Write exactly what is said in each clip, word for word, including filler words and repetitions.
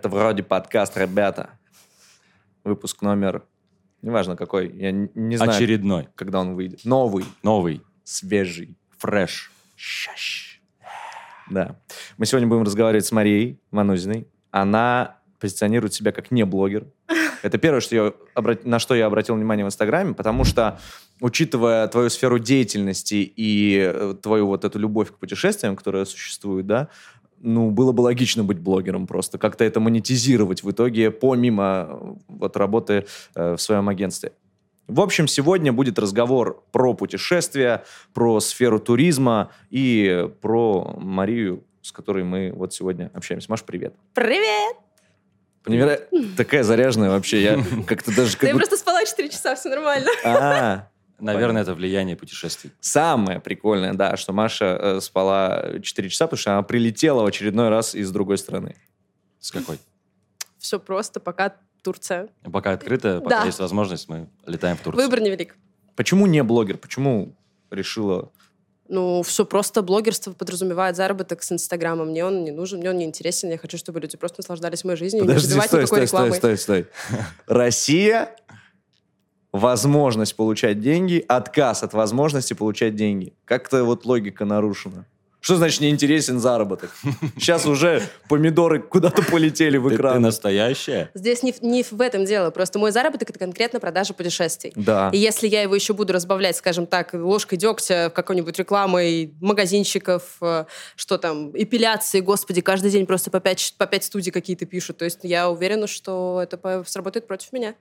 Это вроде подкаст, ребята. Выпуск номер... Неважно какой. Я не знаю, очередной. Когда он выйдет. Новый. Новый. Свежий. Фреш. Щащ. Да. Мы сегодня будем разговаривать с Марией Манузиной. Она позиционирует себя как не блогер. Это первое, что я обрат... на что я обратил внимание в Инстаграме, потому что, учитывая твою сферу деятельности и твою вот эту любовь к путешествиям, которая существует, да, ну, было бы логично быть блогером просто, как-то это монетизировать в итоге, помимо вот работы э, в своем агентстве. В общем, сегодня будет разговор про путешествия, про сферу туризма и про Марию, с которой мы вот сегодня общаемся. Маш, привет. Привет! Невероятно. Такая заряженная вообще. Я как-то даже... Да я просто спала четыре часа, все нормально. А, Наверное, это влияние путешествий. самое прикольное, да, что Маша э, спала четыре часа, потому что она прилетела в очередной раз из другой страны. С какой? Все просто, пока Турция. Пока открыто, пока Да. есть возможность, мы летаем в Турцию. Выбор невелик. Почему не блогер? Почему решила... Ну, все просто. Блогерство подразумевает заработок с Инстаграма. Мне он не нужен, мне он не интересен. Я хочу, чтобы люди просто наслаждались моей жизнью и не Подожди, забивать стой, никакой стой, стой, рекламой. стой, стой. Россия, возможность получать деньги, отказ от возможности получать деньги. Как-то вот логика нарушена. Что значит неинтересен заработок? Сейчас уже помидоры куда-то полетели в Ты, ты экран. настоящая? Здесь не, в- не в этом дело. Просто мой заработок — это конкретно продажа путешествий. Да. И если я его еще буду разбавлять, скажем так, ложкой дегтя, какой-нибудь рекламой магазинчиков, э, что там, эпиляции, господи, каждый день просто по пять, по пять студий какие-то пишут. То есть я уверена, что это по- сработает против меня.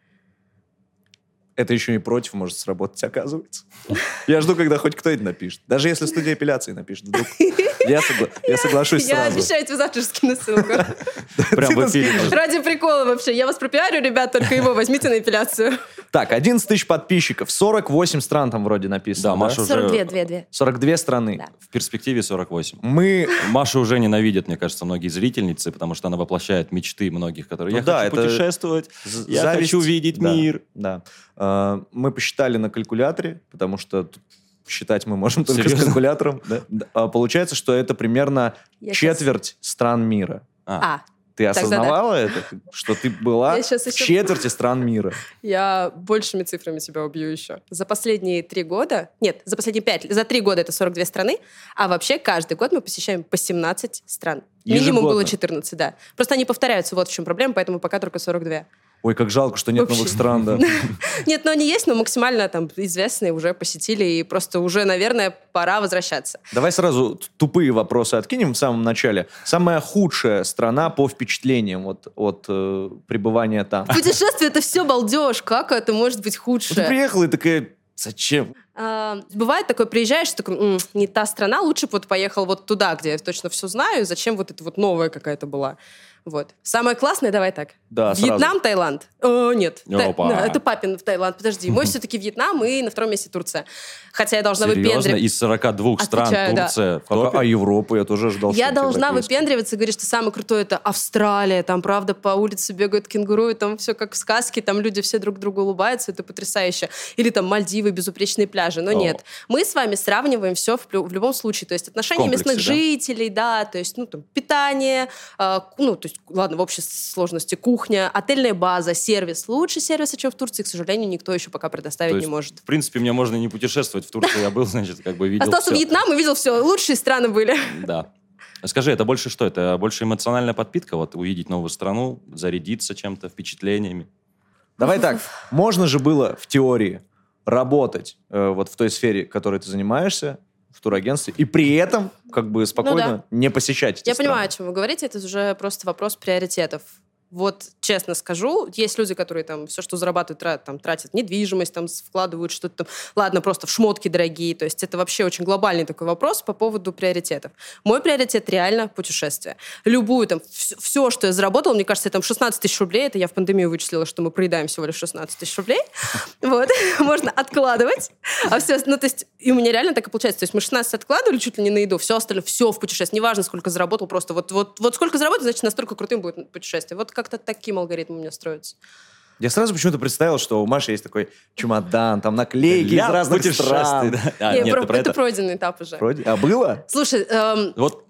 Это еще и против может сработать, оказывается. Я жду, когда хоть кто-нибудь напишет. Даже если студия эпиляции напишет. Вдруг. Я, согла- я соглашусь Я сразу. обещаю тебе завтра же скину ссылку. Прям в эфире. Ради прикола вообще. Я вас пропиарю, ребят, только его возьмите на эпиляцию. Так, одиннадцать тысяч подписчиков, сорок восемь стран там вроде написано. Да, Маша уже- сорок две, две, две. сорок две страны. Да. В перспективе сорок восемь. Мы... Машу уже ненавидят, мне кажется, многие зрительницы, потому что она воплощает мечты многих, которые Ну я да, хочу это путешествовать, З- я зависть. хочу видеть Да, мир. Да. А, мы посчитали на калькуляторе, потому что тут считать мы можем только Серьезно? с калькулятором. Да. Да. А получается, что это примерно Я четверть стран мира. А, А, Ты Тогда да. осознавала это? Что ты была Я щас в еще- четверти стран мира? я большими цифрами себя убью еще. За последние три года... Нет, за последние пять... За три года это сорок две страны, а вообще каждый год мы посещаем по семнадцать стран. Минимум Ежегодно? было четырнадцать, да. Просто они повторяются, вот в чем проблема, поэтому пока только сорок две. Ой, как жалко, что нет Вообще. новых стран, да. Нет, но они есть, но максимально там известные уже посетили, и просто уже, наверное, пора возвращаться. Давай сразу т- тупые вопросы откинем в самом начале. Самая худшая страна по впечатлениям вот, от э, пребывания там. Путешествие — это все балдеж. Как это может быть Вот ты худшее? приехала и такая, зачем? А, бывает такое, приезжаешь, такой, «М, не та страна, лучше бы вот поехал вот туда, где я точно все знаю, зачем вот это вот новая какая-то была. Вот. Самое классное, давай так. Да, Вьетнам, сразу. Таиланд. О, нет. Та- Опа. да, это папин в Таиланд. Подожди, мой все-таки Вьетнам и на втором месте Турция. Хотя я должна серьезно? выпендриваться. Из сорока двух стран Отвечаю, да. Турция в А, топе? а Европу я тоже ожидал. Я что-нибудь должна европейское. выпендриваться и говорить, что самое крутое — это Австралия. Там, правда, по улице бегают кенгуру, и там все как в сказке, там люди все друг другу улыбаются, это потрясающе. Или там Мальдивы, безупречные пляжи. Но О. нет. Мы с вами сравниваем все в, плю- в любом случае. То есть отношения В комплексе, местных да? жителей, да, то есть, ну, там, питание, э, ну, то есть, ладно, в общей сложности кухня, отельная база, сервис. Лучше сервиса, чем в Турции, к сожалению, никто еще пока предоставить То не есть, может. В принципе, мне можно не путешествовать в Турцию. Я был, значит, как бы видел Остался всё. Вьетнам и видел все. Лучшие страны были. Да. Скажи, это больше что? Это больше эмоциональная подпитка? Вот увидеть новую страну, зарядиться чем-то, впечатлениями? Давай так, можно же было в теории работать э, вот в той сфере, которой ты занимаешься, в турагентстве, и при этом как бы спокойно Ну да. не посещать эти Я страны. понимаю, о чем вы говорите. Это уже просто вопрос приоритетов. Вот честно скажу, есть люди, которые там все, что зарабатывают, тратят, там, тратят недвижимость, там, вкладывают что-то там, ладно, просто в шмотки дорогие. То есть это вообще очень глобальный такой вопрос по поводу приоритетов. Мой приоритет реально путешествие. Любую там, все, что я заработала, мне кажется, там шестнадцать тысяч рублей, это я в пандемию вычислила, что мы проедаем всего лишь шестнадцать тысяч рублей. Вот. Можно откладывать. А все, ну, то есть, и у меня реально так и получается. То есть мы шестнадцать откладывали чуть ли не на еду, все остальное, все в путешествие. Неважно, сколько заработал, просто вот, вот, вот сколько заработал, значит, настолько крутым будет путешествие. Вот как-то таким алгоритмом у меня строится. Я сразу почему-то представил, что у Маши есть такой чемодан, там наклейки из Для разных путешествий, стран. да. А, Не, нет, про- ты про это это? пройденный этап уже. Вроде- А было? Слушай, эм, Вот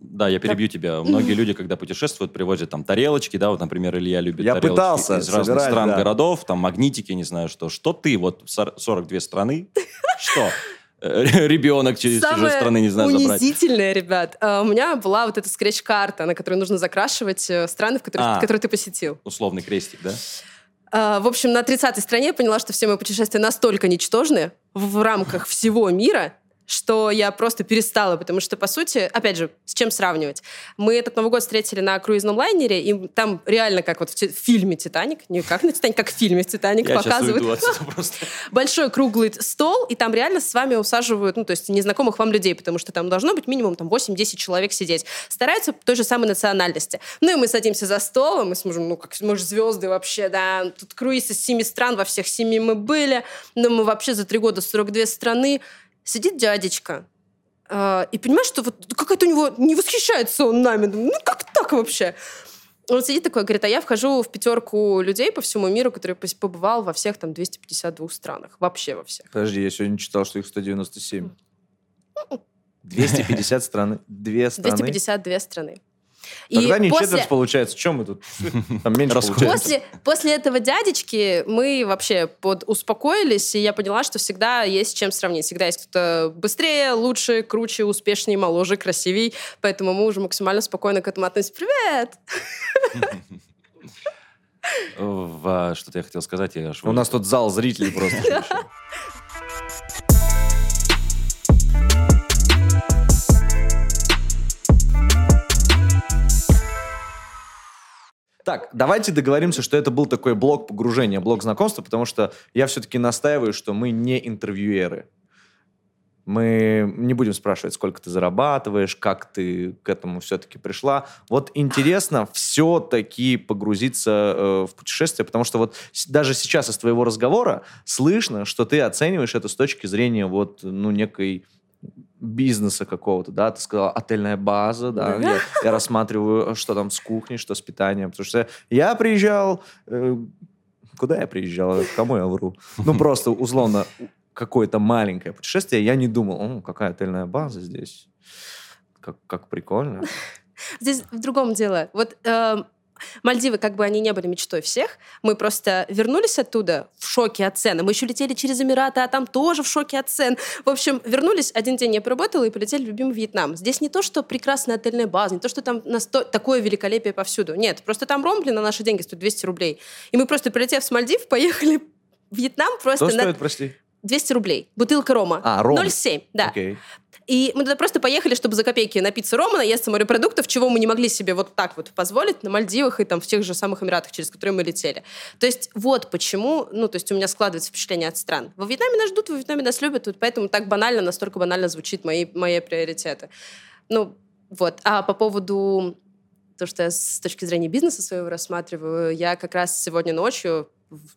Да, я перебью тебя. Многие люди, когда путешествуют, привозят там тарелочки, да, вот, например, Илья любит Я тарелочки пытался из разных собирать, стран, да. городов, там магнитики, не знаю что. Что ты, вот сорок две страны, что? Ребенок через чужой страны не знаю забрать. Самое унизительное, ребят, у меня была вот эта скретч-карта, на которой нужно закрашивать страны, в которые, А, которые ты посетил. Условный крестик, да? В общем, на тридцатой стране я поняла, что все мои путешествия настолько ничтожны в рамках всего мира, что я просто перестала, потому что, по сути, опять же, с чем сравнивать? Мы этот Новый год встретили на круизном лайнере, и там реально как вот в, в фильме «Титаник», не как на «Титаник», как в фильме «Титаник» я показывают. Я сейчас уйду отсюда просто. Большой круглый стол, и там реально с вами усаживают, ну, то есть незнакомых вам людей, потому что там должно быть минимум там, восемь-десять человек сидеть. Стараются той же самой национальности. Ну, и мы садимся за стол, мы с мужем, ну, как мы же звезды вообще, да, тут круиз из семи стран, во всех семи мы были, но мы вообще за три года сорок две страны. Сидит дядечка, э, и понимаешь, что вот какая-то у него... Не восхищается он нами. Ну, как так вообще? Он сидит такой, говорит, а я вхожу в пятерку людей по всему миру, которые побывал во всех там двухстах пятидесяти двух странах. Вообще во всех. Подожди, я сегодня читал, что их сто девяносто семь. двести пятьдесят страны. Две страны. двести пятьдесят две страны. Тогда и не после... четверть получается. Чем мы тут? Там меньше получается. После, после этого дядечки мы вообще под успокоились, и я поняла, что всегда есть с чем сравнить. Всегда есть кто-то быстрее, лучше, круче, успешнее, моложе, красивей. Поэтому мы уже максимально спокойно к этому относимся. Привет! Что-то я хотел сказать. Я У нас тут зал зрителей просто. Так, давайте договоримся, что это был такой блок погружения, блок знакомства, потому что я все-таки настаиваю, что мы не интервьюеры. Мы не будем спрашивать, сколько ты зарабатываешь, как ты к этому все-таки пришла. Вот интересно все-таки погрузиться э, в путешествие, потому что вот даже сейчас из твоего разговора слышно, что ты оцениваешь это с точки зрения вот, ну, некой бизнеса какого-то, да, ты сказала, отельная база, да, да. Я, я рассматриваю, что там с кухней, что с питанием, потому что я приезжал, э, куда я приезжал, кому я вру? Ну, просто условно какое-то маленькое путешествие, я не думал, о, какая отельная база здесь, как, как прикольно. Здесь в другом дело. Вот э, Мальдивы, как бы они не были мечтой всех, мы просто вернулись оттуда в шоке от цен. Мы еще летели через Эмираты, а там тоже в шоке от цен. В общем, вернулись, один день я поработала и полетели в любимый Вьетнам. Здесь не то, что прекрасная отельная база, не то, что там насто... такое великолепие повсюду. Нет, просто там ромпли на наши деньги стоит двести рублей. И мы просто, прилетев с Мальдив, поехали в Вьетнам просто... Что на... стоит, прости? двести рублей. Бутылка рома. А, ром. ноль семь, да. Окей. И мы туда просто поехали, чтобы за копейки напиться рома, наесться морепродуктов, чего мы не могли себе вот так вот позволить на Мальдивах и там в тех же самых Эмиратах, через которые мы летели. То есть вот почему, ну, то есть у меня складывается впечатление от стран. Во Вьетнаме нас ждут, во Вьетнаме нас любят, вот поэтому так банально, настолько банально звучит мои, мои приоритеты. Ну, вот. А по поводу того, что я с точки зрения бизнеса своего рассматриваю, я как раз сегодня ночью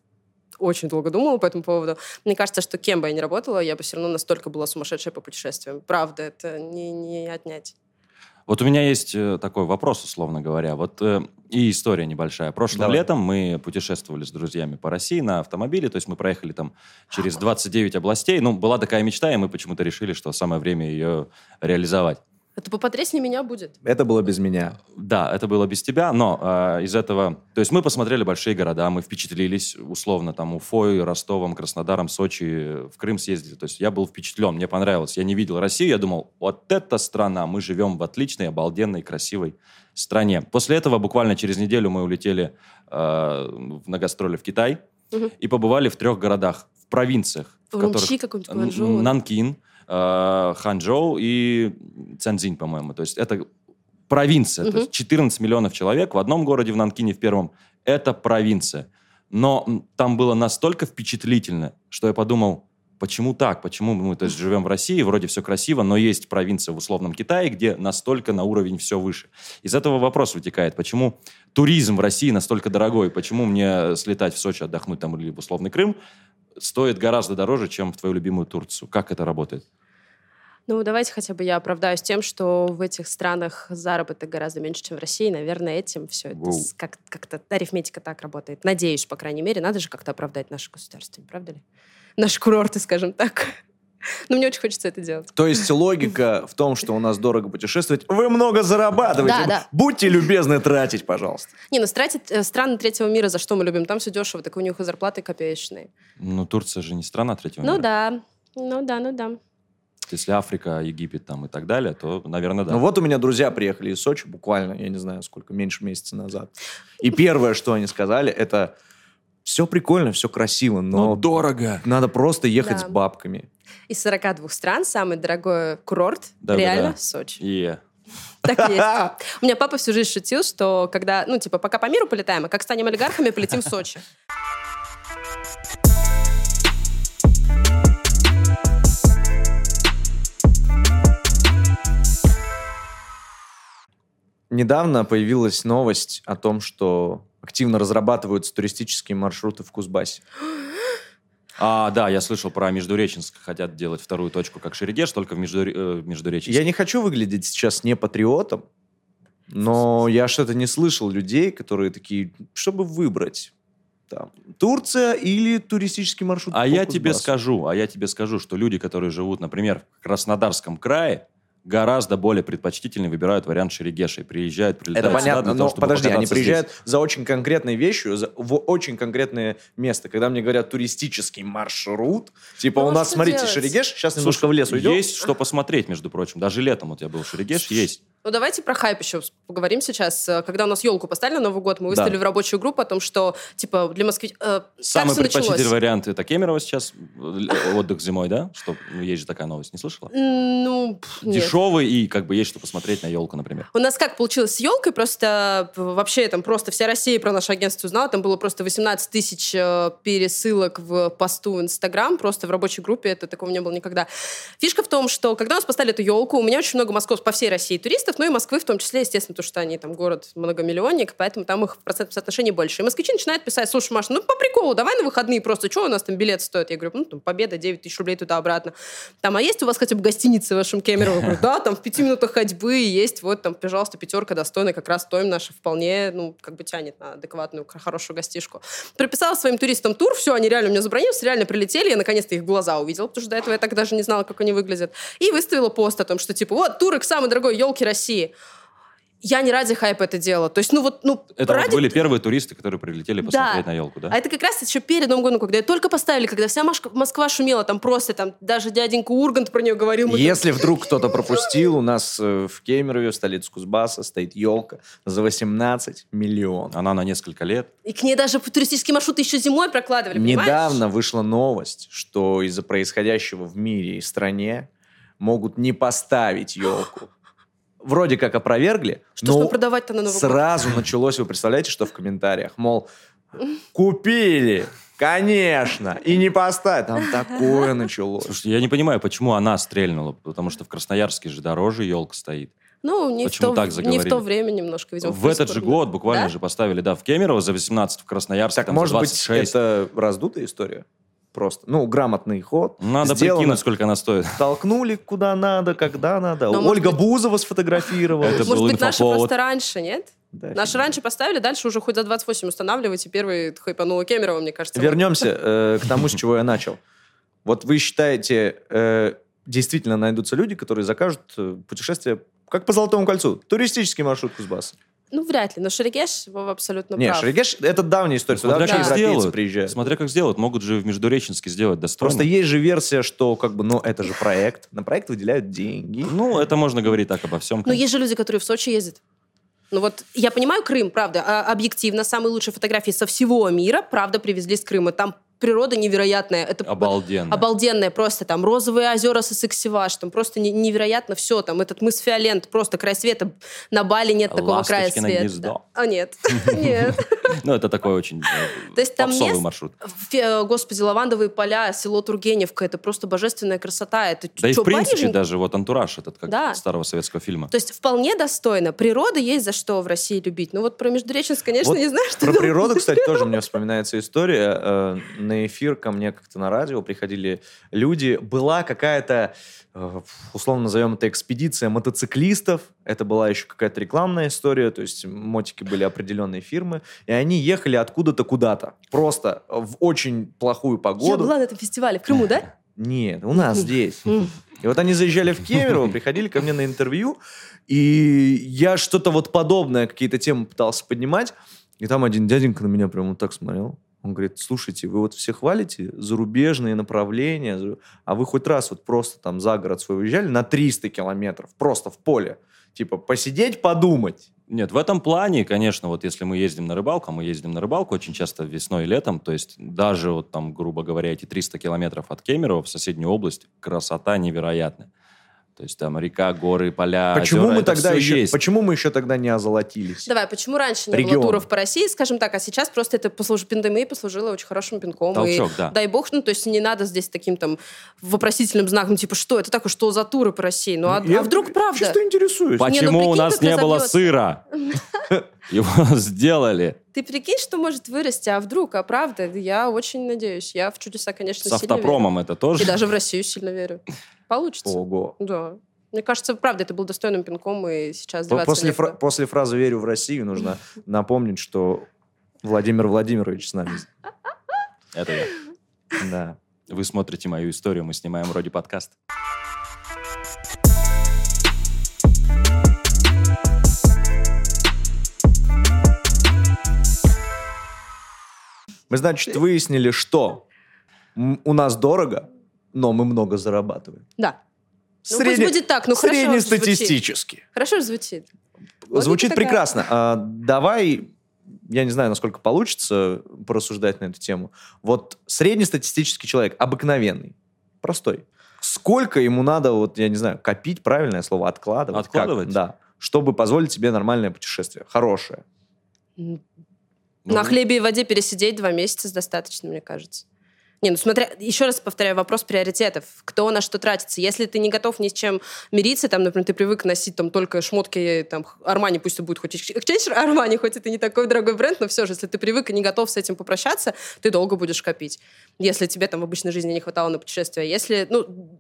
очень долго думала по этому поводу. Мне кажется, что кем бы я ни работала, я бы все равно настолько была сумасшедшая по путешествиям. Правда, это не, не отнять. Вот у меня есть такой вопрос, условно говоря. Вот э, и история небольшая. Прошлым Давай. летом мы путешествовали с друзьями по России на автомобиле, то есть мы проехали там через двадцать девять областей. Ну, была такая мечта, и мы почему-то решили, что самое время ее реализовать. Это попотрясни меня будет. Это было без меня. Да, это было без тебя, но э, из этого... То есть мы посмотрели большие города, мы впечатлились, условно, там, Уфой, Ростовом, Краснодаром, Сочи, в Крым съездили. То есть я был впечатлен, мне понравилось. Я не видел Россию, я думал, вот эта страна, мы живем в отличной, обалденной, красивой стране. После этого буквально через неделю мы улетели э, на гастроли в Китай угу. и побывали в трех городах, в провинциях. В Урумчи которых... какой-нибудь, Гуанчжоу. Нанкин, Ханчжоу и Цзяньцзинь, по-моему. То есть это провинция. Uh-huh. То есть четырнадцать миллионов человек в одном городе, в Нанкине, в первом. Это провинция. Но там было настолько впечатлительно, что я подумал, почему так? Почему мы то есть, живем в России, вроде все красиво, но есть провинция в условном Китае, где настолько на уровень все выше. Из этого вопрос вытекает, почему туризм в России настолько дорогой? Почему мне слетать в Сочи, отдохнуть там или в условный Крым стоит гораздо дороже, чем в твою любимую Турцию? Как это работает? Ну, давайте хотя бы я оправдаюсь тем, что в этих странах заработок гораздо меньше, чем в России. Наверное, этим все это Воу. как- как-то арифметика так работает. Надеюсь, по крайней мере. Надо же как-то оправдать наше государство, не правда ли? Наши курорты, скажем так. Но мне очень хочется это делать. То есть логика в том, что у нас дорого путешествовать, вы много зарабатываете. Да, да. Будьте любезны тратить, пожалуйста. Не, ну тратить э, страны третьего мира, за что мы любим? Там все дешево, так у них и зарплаты копеечные. Ну, Турция же не страна третьего Ну мира. да, ну да, ну да. Если Африка, Египет там и так далее, то, наверное, да. Ну вот у меня друзья приехали из Сочи буквально, я не знаю, сколько, меньше месяца назад. И первое, что они сказали, это все прикольно, все красиво, но Но дорого. надо просто ехать Да. с бабками. Из сорока двух стран самый дорогой курорт Да, реально да, да. Сочи. И Так и есть. У меня папа всю жизнь шутил, что когда, ну, типа, пока по миру полетаем, а как станем олигархами, полетим в Сочи. Недавно появилась новость о том, что активно разрабатываются туристические маршруты в Кузбассе. А, да, я слышал про Междуреченск. Хотят делать вторую точку, как Шерегеш, только в Междуре... э, Междуреченске. Я не хочу выглядеть сейчас не патриотом, но я что-то не слышал людей, которые такие, чтобы выбрать, там, Турция или туристический маршрут А по я тебе Кузбассу. скажу, а я тебе скажу, что люди, которые живут, например, в Краснодарском крае, гораздо более предпочтительно выбирают вариант Шерегеша и приезжают, прилетают Это сюда понятно, для но того, чтобы подожди, они покататься приезжают здесь. за очень конкретной вещью, за- в очень конкретное место. Когда мне говорят туристический маршрут, типа Ну, у а нас, что смотрите, делать? Шерегеш, сейчас немножко Слушай, в лес уйдем. есть что посмотреть, между прочим. Даже летом вот я был в Шерегеш, есть. Ну, давайте про хайп еще поговорим сейчас. Когда у нас елку поставили на Новый год, мы выставили Да. в рабочую группу о том, что, типа, для москвичей... Э, Самый как всё предпочтительный началось? вариант это Кемерово сейчас, э, отдых зимой, да? Что, ну, есть же такая новость, не слышала? М, Ну, пф, нет. Дешевый и как бы есть что посмотреть на елку, например. У нас как получилось с елкой, просто э, вообще там просто вся Россия про наше агентство узнала, там было просто восемнадцать тысяч э, пересылок в посту в Инстаграм, просто в рабочей группе, это такого не было никогда. Фишка в том, что когда у нас поставили эту елку, у меня очень много москов по всей России туристов, ну и Москвы в том числе, естественно, потому что они там город многомиллионник, поэтому там их в процентном соотношении больше. И москвичи начинают писать: слушай, Маша, ну по приколу, давай на выходные просто, что у нас там билет стоит? Я говорю, ну там Победа, девять тысяч рублей туда-обратно. Там, а есть у вас хотя бы гостиницы в вашем Кемерово? Я говорю, да, там в пяти минутах ходьбы есть, вот там, пожалуйста, пятерка достойная, как раз стоим наша вполне, ну, как бы тянет на адекватную, хорошую гостишку. Прописала своим туристам тур, все, они реально у меня забронировались, реально прилетели, я наконец-то их глаза увидела, потому что до этого я так даже не знала, как они выглядят. И выставила пост о том, что типа, вот, туры к самой дорогой елке России. Я не ради хайпа это делала. То есть, ну вот, ну, Это ради... вот были первые туристы, которые прилетели посмотреть на елку, да? А это как раз еще перед Новым годом, когда ее только поставили, когда вся Маш- Москва шумела, там просто, там даже дяденька Ургант про нее говорил. Мы Если вдруг кто-то пропустил, у нас э, в Кемерове, в столице Кузбасса, стоит елка за восемнадцать миллионов. Она на несколько лет. И к ней даже туристические маршруты еще зимой прокладывали, понимаешь? Недавно вышла новость, что из-за происходящего в мире и стране могут не поставить елку. Вроде как опровергли, Что ж но нам продавать-то на Новый год? сразу началось, вы представляете, что в комментариях? Мол, купили, конечно, и не поставили. Там такое началось. Слушай, я не понимаю, почему она стрельнула, потому что в Красноярске же дороже елка стоит. Ну, не, в Почему то, так не в заговорили? то время немножко, видимо. В этот же прискорбно. год буквально Да? же поставили, да, в Кемерово за восемнадцать, в Красноярске Так, там может за быть, двадцать шесть. это раздутая история? Просто. Ну, грамотный ход. Надо Сделано. прикинуть, сколько она стоит. Толкнули куда надо, когда надо. Но, может Ольга быть- Бузова сфотографировала. Это Может был быть, наши инфоповод. просто раньше, нет? Да, Наши фигня. раньше поставили, дальше уже хоть за двадцать восемь устанавливайте. Первый хайпануло Кемерово, мне кажется. Вернемся э, к тому, с чего я начал. Вот вы считаете, э, действительно найдутся люди, которые закажут э, путешествие как по Золотому кольцу? Туристический маршрут Кузбасса. Ну, вряд ли. Но Шерегеш Вова абсолютно Не, прав. Шерегеш — это давняя история. Туда Смотря вообще как европейцы сделают. приезжают. Смотря как сделают. Могут же в Междуреченске сделать достойно. Просто есть же версия, что как бы, ну, это же проект. На проект выделяют деньги. Ну, это можно говорить так обо всем. Но конечно. есть же люди, которые в Сочи ездят. Ну вот, я понимаю Крым, правда, а, объективно, самые лучшие фотографии со всего мира, правда, привезли с Крыма. Там природа невероятная. Это Обалденно. Обалденная просто. Там розовые озера Сысексеваш, там просто не- невероятно все. Там этот мыс Фиолент, просто край света. На Бали нет такого края Ласточкино света. гнездо. А нет, нет. Ну, это такой очень э, То есть там попсовый мест- маршрут. Фе- Господи, лавандовые поля, село Тургеневка, это просто божественная красота. Это Да и чё, в принципе Париж? даже вот антураж этот, как Да. старого советского фильма. То есть вполне достойно. Природа есть за что в России любить. Ну вот про Междуреченск, конечно, Вот не знаю, что Про там. природу, кстати, тоже мне вспоминается история. Э, На эфир ко мне как-то на радио приходили люди. Была какая-то, э, условно назовем это, экспедиция мотоциклистов. Это была еще какая-то рекламная история. То есть мотики были определенные фирмы. И они ехали откуда-то куда-то. Просто в очень плохую Я погоду. была на этом фестивале в Крыму, да? Нет, у нас здесь. И вот они заезжали в Кемерово, приходили ко мне на интервью, и я что-то вот подобное, какие-то темы пытался поднимать, и там один дяденька на меня прям вот так смотрел. Он говорит, слушайте, вы вот все хвалите зарубежные направления, а вы хоть раз вот просто там за город свой уезжали на триста километров, просто в поле, типа посидеть, подумать. Нет, в этом плане, конечно, вот если мы ездим на рыбалку, а мы ездим на рыбалку очень часто весной и летом, то есть даже вот там, грубо говоря, эти триста километров от Кемерово в соседнюю область, красота невероятная. То есть там река, горы, поля, почему озера, мы это тогда все еще, есть. почему мы еще тогда не озолотились? Давай, почему раньше не Регион. было туров по России, скажем так, а сейчас просто это послуж... пандемия послужила очень хорошим пинком. Толчок, и, да. Дай бог, ну, то есть не надо здесь таким там вопросительным знаком, типа, что это такое, что за туры по России? Ну, а, Я а вдруг правда? Чисто интересуюсь. Почему Не, ну, у прикинь, нас как не было разобьется. сыра? Его сделали. Ты прикинь, что может вырасти, а вдруг, а правда? Я очень надеюсь. Я в чудеса, конечно, С сильно автопромом верю. это тоже. И даже в Россию сильно верю. Получится. Ого. Да. Мне кажется, правда, это был достойным пинком, и сейчас По- деваться После, некуда. фра- после фразы «верю в Россию» нужно напомнить, что Владимир Владимирович с нами. Это я. Да. Вы смотрите мою историю, мы снимаем вроде подкаст. Мы, значит, выяснили, что м, у нас дорого, но мы много зарабатываем. Да. Ну, пусть будет так, ну, хорошо Среднестатистически. Хорошо же звучит. Логика Звучит такая. прекрасно. А, давай, я не знаю, насколько получится порассуждать на эту тему. Вот среднестатистический человек, обыкновенный, простой. Сколько ему надо, вот я не знаю, копить, правильное слово, откладывать? Откладывать? Как? Да. Чтобы позволить себе нормальное путешествие. Хорошее. Ну, На хлебе и воде пересидеть два месяца достаточно, мне кажется. Не, ну смотря, еще раз повторяю, вопрос приоритетов. Кто на что тратится. Если ты не готов ни с чем мириться, там, например, ты привык носить там только шмотки, там, Армани, пусть это будет хоть Exchange Армани, хоть это не такой дорогой бренд, но все же, если ты привык и не готов с этим попрощаться, ты долго будешь копить. Если тебе там в обычной жизни не хватало на путешествие. Если, ну,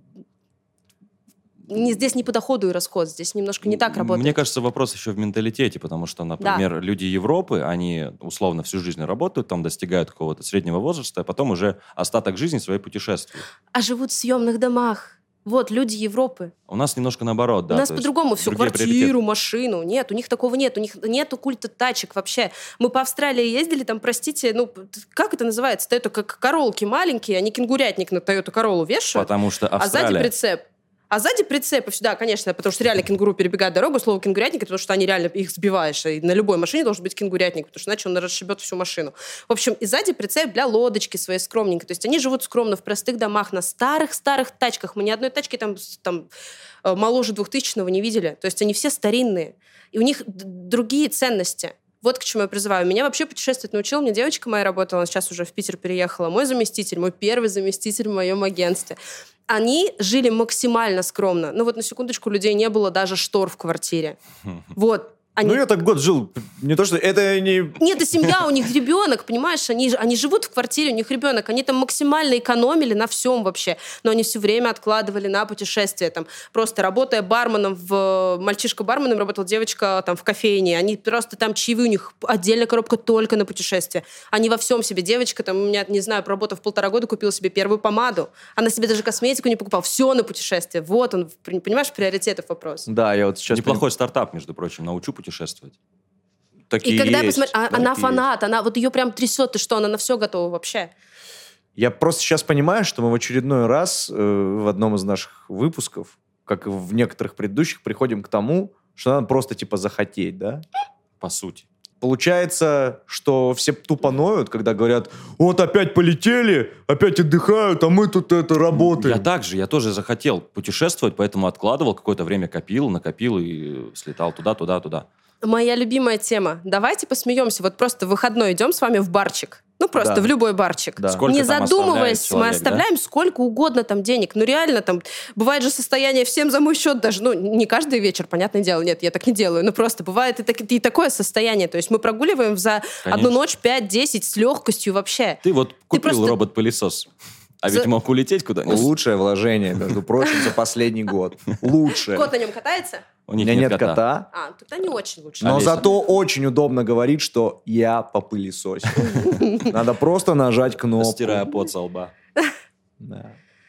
не, здесь не по доходу и расход, здесь немножко не так работает. Мне кажется, вопрос еще в менталитете, потому что, например, люди Европы, они условно всю жизнь работают, там достигают какого-то среднего возраста, а потом уже остаток жизни своей путешествуют. А живут в съемных домах. Вот, люди Европы. У нас немножко наоборот, да. У нас то есть по-другому все. другие Квартиру, приоритеты. машину. Нет, у них такого нет. У них нету культа тачек вообще. Мы по Австралии ездили, там, простите, ну, как это называется? Toyota как королки маленькие, они кенгурятник на Toyota Королу вешают, Потому что а сзади Австралия... прицеп. А сзади прицеп, и сюда, конечно, потому что реально кенгуру перебегает дорогу, слово кенгурятник, потому что они реально их сбиваешь. И на любой машине должен быть кенгурятник, потому что иначе он расшибет всю машину. В общем, и сзади прицеп для лодочки своей скромненькой. То есть они живут скромно в простых домах, на старых-старых тачках. Мы ни одной тачки там, там моложе двухтысячного не видели. То есть они все старинные. И у них д- другие ценности. Вот к чему я призываю. Меня вообще путешествовать научила. Мне девочка моя работала, она сейчас уже в Питер переехала. Мой заместитель, мой первый заместитель в моем агентстве. Они жили максимально скромно. Ну вот на секундочку, у людей не было даже штор в квартире. Вот. Они... Ну, я так год жил. Не то, что это не... Нет, это семья, у них ребенок, понимаешь? Они, ж- они живут в квартире, у них ребенок. Они там максимально экономили на всем вообще. Но они все время откладывали на путешествия. Там, просто работая барменом, в... мальчишка барменом работал, девочка там в кофейне. Они просто там чаевые, у них отдельная коробка только на путешествия. Они во всем себе. Девочка там, у меня, не знаю, проработав полтора года, купила себе первую помаду. Она себе даже косметику не покупала. Все на путешествие. Вот он, понимаешь, приоритетов вопрос. Да, я вот сейчас... Неплохой стартап, между прочим, научу путешествовать. Такие И когда я есть, посмотрю, а- да, она такие фанат, она вот ее прям трясет, ты что, она на все готова вообще. Я просто сейчас понимаю, что мы в очередной раз э, в одном из наших выпусков, как и в некоторых предыдущих, приходим к тому, что надо просто типа захотеть, да? По сути. Получается, что все тупо ноют, когда говорят, вот опять полетели, опять отдыхают, а мы тут это работаем. Я также, я тоже захотел путешествовать, поэтому откладывал, какое-то время копил, накопил и слетал туда, туда, туда. Моя любимая тема. Давайте посмеемся. Вот просто в выходной идем с вами в барчик. Ну, просто Да. в любой барчик. Да. Сколько Не там задумываясь, оставляет мы человек, оставляем сколько угодно там денег. Ну, реально, там, бывает же состояние всем за мой счет даже. Ну, не каждый вечер, понятное дело. Нет, я так не делаю. Но просто бывает и, так, и такое состояние. То есть мы прогуливаем за Конечно. одну ночь пять-десять с легкостью вообще. Ты вот купил просто- робот-пылесос, а За- ведь мог улететь куда-нибудь. Лучшее вложение, между прочим, за последний год. Лучшее. Кот на нем катается? У У них меня нет нет кота. кота, А, тогда не очень лучше. но Олеся. зато очень удобно говорить, что я попылесосил. Надо просто нажать кнопку. Стирая пот со лба. Да.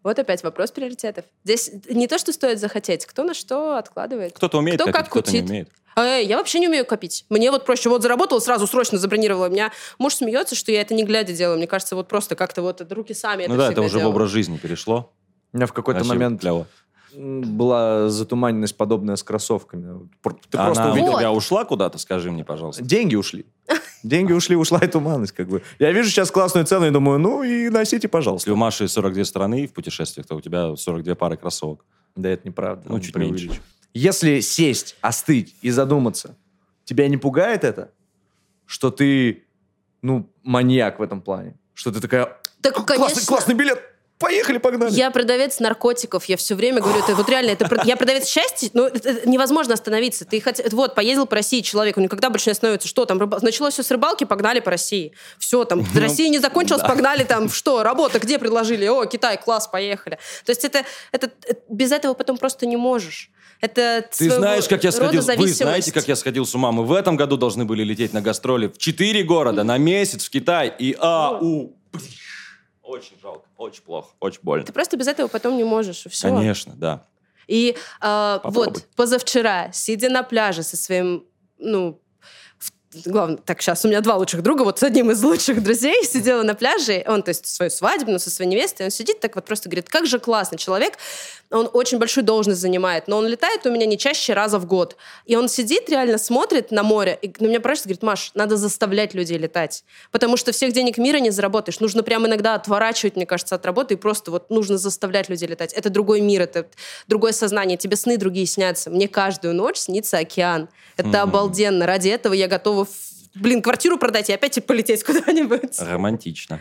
Вот опять вопрос приоритетов. Здесь не то, что стоит захотеть, кто на что откладывает. Кто-то умеет кто копить, как кто-то не кутит. умеет. Эй, я вообще не умею копить. Мне вот проще. Вот заработала, сразу срочно забронировала. У меня муж смеется, что я это не глядя делаю. Мне кажется, вот просто как-то вот руки сами Ну это да, всегда это уже делаю. в образ жизни перешло. У меня в какой-то Вообще момент клево. была затуманенность подобная с кроссовками. Ты Она просто у увидел... Вот. тебя ушла куда-то, скажи мне, пожалуйста. Деньги ушли. Деньги ушли, ушла и туманность, как бы. Я вижу сейчас классную цену и думаю, ну и носите, пожалуйста. Если у Маши сорок две страны в путешествиях, то у тебя сорок две пары кроссовок. Да это неправда. Ну, чуть меньше. Если сесть, остыть и задуматься, тебя не пугает это? Что ты, ну, маньяк в этом плане? Что ты такая, Так, классный, конечно. классный билет, поехали, погнали. Я продавец наркотиков, я все время говорю, это вот реально, это про- я продавец счастья, но это- это невозможно остановиться. Ты хоть, вот, поездил по России человек, он никогда больше не остановится. Что там, рыба- началось все с рыбалки, погнали по России. Все, там, Россия не закончилась, погнали там, что, работа, где предложили? О, Китай, класс, поехали. То есть это, это, это- без этого потом просто не можешь. Это Ты своего знаешь, как я рода сходил... Вы зависимость. знаете, как я сходил с ума? Мы в этом году должны были лететь на гастроли в четыре города на месяц в Китай. И а, у... Очень жалко, очень плохо, очень больно. Ты просто без этого потом не можешь, и все. Конечно, да. И э, Попробуй. вот позавчера, сидя на пляже со своим, ну, в- главное, так, сейчас у меня два лучших друга, вот с одним из лучших друзей сидела на пляже, он, то есть, свою свадьбу, со своей невестой, он сидит так вот просто говорит, как же классно, человек, он очень большую должность занимает, но он летает у меня не чаще раза в год. И он сидит, реально смотрит на море, и на меня спрашивает, говорит, Маш, надо заставлять людей летать, потому что всех денег мира не заработаешь. Нужно прямо иногда отворачивать, мне кажется, от работы, и просто вот нужно заставлять людей летать. Это другой мир, это другое сознание, тебе сны другие снятся. Мне каждую ночь снится океан. Это Мгм. обалденно. Ради этого я готова, в- блин, квартиру продать и опять и полететь куда-нибудь. Романтично.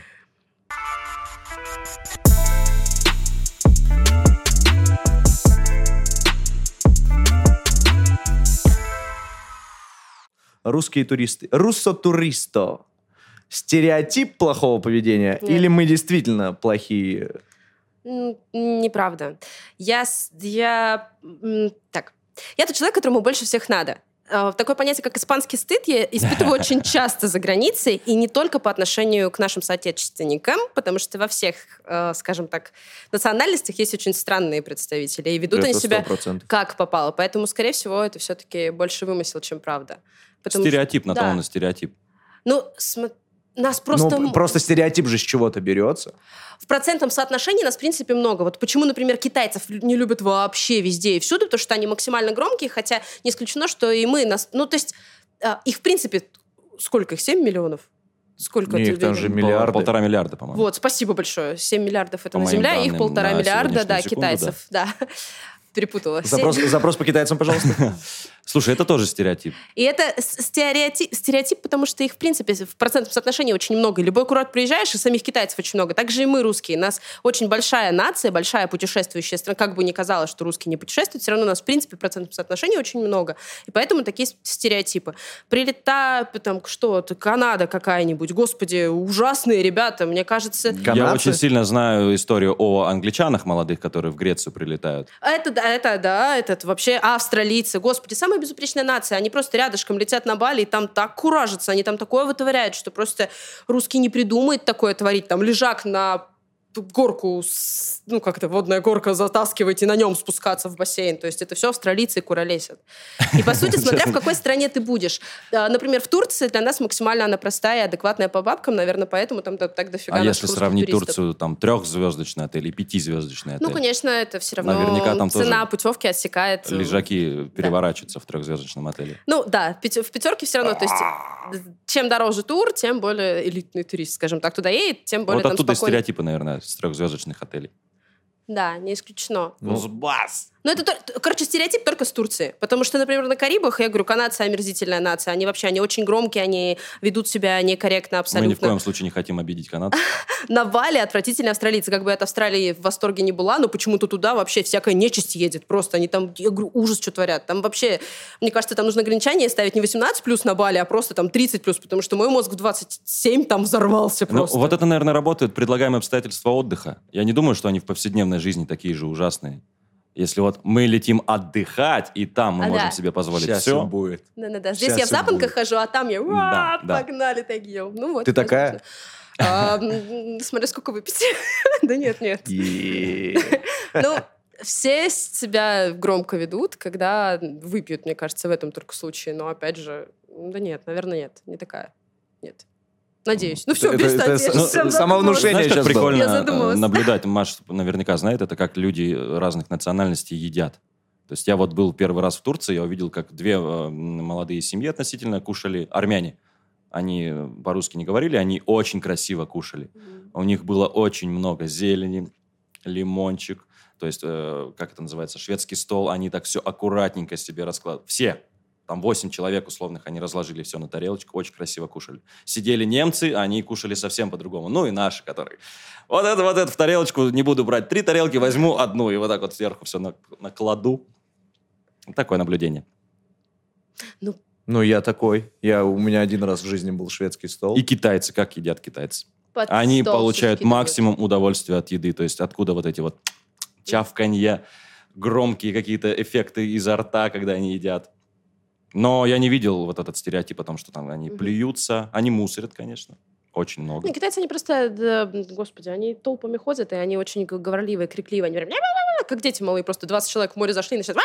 Русские туристы. Руссо-туристо. Стереотип плохого поведения? Нет. Или мы действительно плохие? М, Неправда. Я, с- я, м, так, я тот человек, которому больше всех надо. Э, Такое понятие, как испанский стыд, я испытываю очень часто за границей, и не только по отношению к нашим соотечественникам, потому что во всех, э, скажем так, национальностях есть очень странные представители, и ведут они Это себя сто процентов. как попало. Поэтому, скорее всего, это все-таки больше вымысел, чем правда. Потому что- Стереотип, на то Да. он и стереотип. Ну, смо- нас просто... Ну, просто стереотип же с чего-то берется. В процентном соотношении нас, в принципе, много. Вот почему, например, китайцев лю- не любят вообще везде и всюду, потому что они максимально громкие, хотя не исключено, что и мы нас... Ну, то есть а, их, в принципе, сколько их? семь миллионов? Сколько? Не, ты их там видел? же миллиарды. Полтора миллиарда, по-моему. Вот, спасибо большое. семь миллиардов это По на моим Земля, их данным, полтора на миллиарда, да, сегодняшнюю секунду, китайцев. Да. Перепутала. Запрос, запрос по китайцам, пожалуйста. Слушай, это тоже стереотип. И это с- стереотип, стереотип, потому что их, в принципе, в процентном соотношении очень много. Любой курорт приезжаешь, и самих китайцев очень много. Также и мы, русские. У нас очень большая нация, большая путешествующая страна. Как бы ни казалось, что русские не путешествуют, все равно у нас, в принципе, в процентном соотношении очень много. И поэтому такие с- стереотипы. Прилета, там, что, Канада какая-нибудь. Господи, ужасные ребята. Мне кажется... Я Канадцы? очень сильно знаю историю о англичанах молодых, которые в Грецию прилетают. Это, да, это, да, это вообще австралийцы. Господи, самая безупречная нация. Они просто рядышком летят на Бали, и там так куражатся, они там такое вытворяют, что просто русский не придумает такое творить. Там лежак на горку, с- ну, как-то водная горка затаскивать и на нем спускаться в бассейн. То есть это все австралийцы куролесят. И, по сути, смотря в какой стране ты будешь. А, Например, в Турции для нас максимально она простая и адекватная по бабкам, наверное, поэтому там так так дофига А наших если русских сравнить туристов. Турцию, там, трехзвездочный отель и пятизвездочный отель? Ну, конечно, это все равно Наверняка там цена тоже путевки отсекает. Лежаки переворачиваются в трехзвездочном отеле. Ну да, в пяте- в пятерке все равно, то есть д- чем дороже тур, тем более элитный турист, скажем так, туда едет, тем более Вот там оттуда и спокойно. стереотипы, наверное, с трехзвездочных отелей. Да, не исключено. Ну, Узбас! Но это, тор- короче, стереотип только с Турции. Потому что, например, на Карибах, я говорю, канадцы омерзительная нация. Они вообще, они очень громкие, они ведут себя некорректно Мы абсолютно. ни в коем случае не хотим обидеть канадцев. На Бали отвратительные австралийцы. Как бы я от Австралии в восторге не была, но почему-то туда вообще всякая нечисть едет. Просто они там, я говорю, ужас, что творят. Там вообще, мне кажется, там нужно ограничение ставить не восемнадцать плюс на Бали, а просто там тридцать плюс, потому что мой мозг в двадцать семь там взорвался Ну, просто. вот это, наверное, работает предлагаемые обстоятельства отдыха. Я не думаю, что они в повседневной жизни такие же ужасные. Если вот мы летим отдыхать, и там мы А, можем да. себе позволить Сейчас все. все будет. Да-да-да. Здесь Щас я в всё запонках будет. хожу, а там я Да, «Уа, да. погнали такие. Ну вот. Ты такая? возможно. А, смотря сколько выпить. Да нет, нет. Ну, все себя громко ведут, когда выпьют, мне кажется, в этом только случае. Но опять же, да нет, наверное, нет. Не такая. Нет. Надеюсь. Ну все, перестаньте. Самовнушение сейчас было. Прикольно наблюдать. Маш наверняка знает, это как люди разных национальностей едят. То есть я вот был первый раз в Турции, я увидел, как две молодые семьи относительно кушали армяне. Они по-русски не говорили, они очень красиво кушали. У них было очень много зелени, лимончик. То есть, э, как это называется, шведский стол. Они так все аккуратненько себе раскладывали. Все. Там восемь человек условных, они разложили все на тарелочку, очень красиво кушали. Сидели немцы, они кушали совсем по-другому. Ну и наши, которые... Вот это, вот это в тарелочку, не буду брать три тарелки, возьму одну. И вот так вот сверху все накладу. Такое наблюдение. Ну, Ну, я такой. Я, у меня один раз в жизни был шведский стол. И китайцы, как едят китайцы? Под Они стол получают максимум удовольствия от еды. То есть откуда вот эти вот чавканье, громкие какие-то эффекты изо рта, когда они едят. Но я не видел вот этот стереотип о том, что там они плюются. Они мусорят, конечно. Очень много. Ну, китайцы, они просто, да, господи, они толпами ходят, и они очень говорливые, крикливые. Они говорят, как дети малые, просто двадцать человек в море зашли и начинают...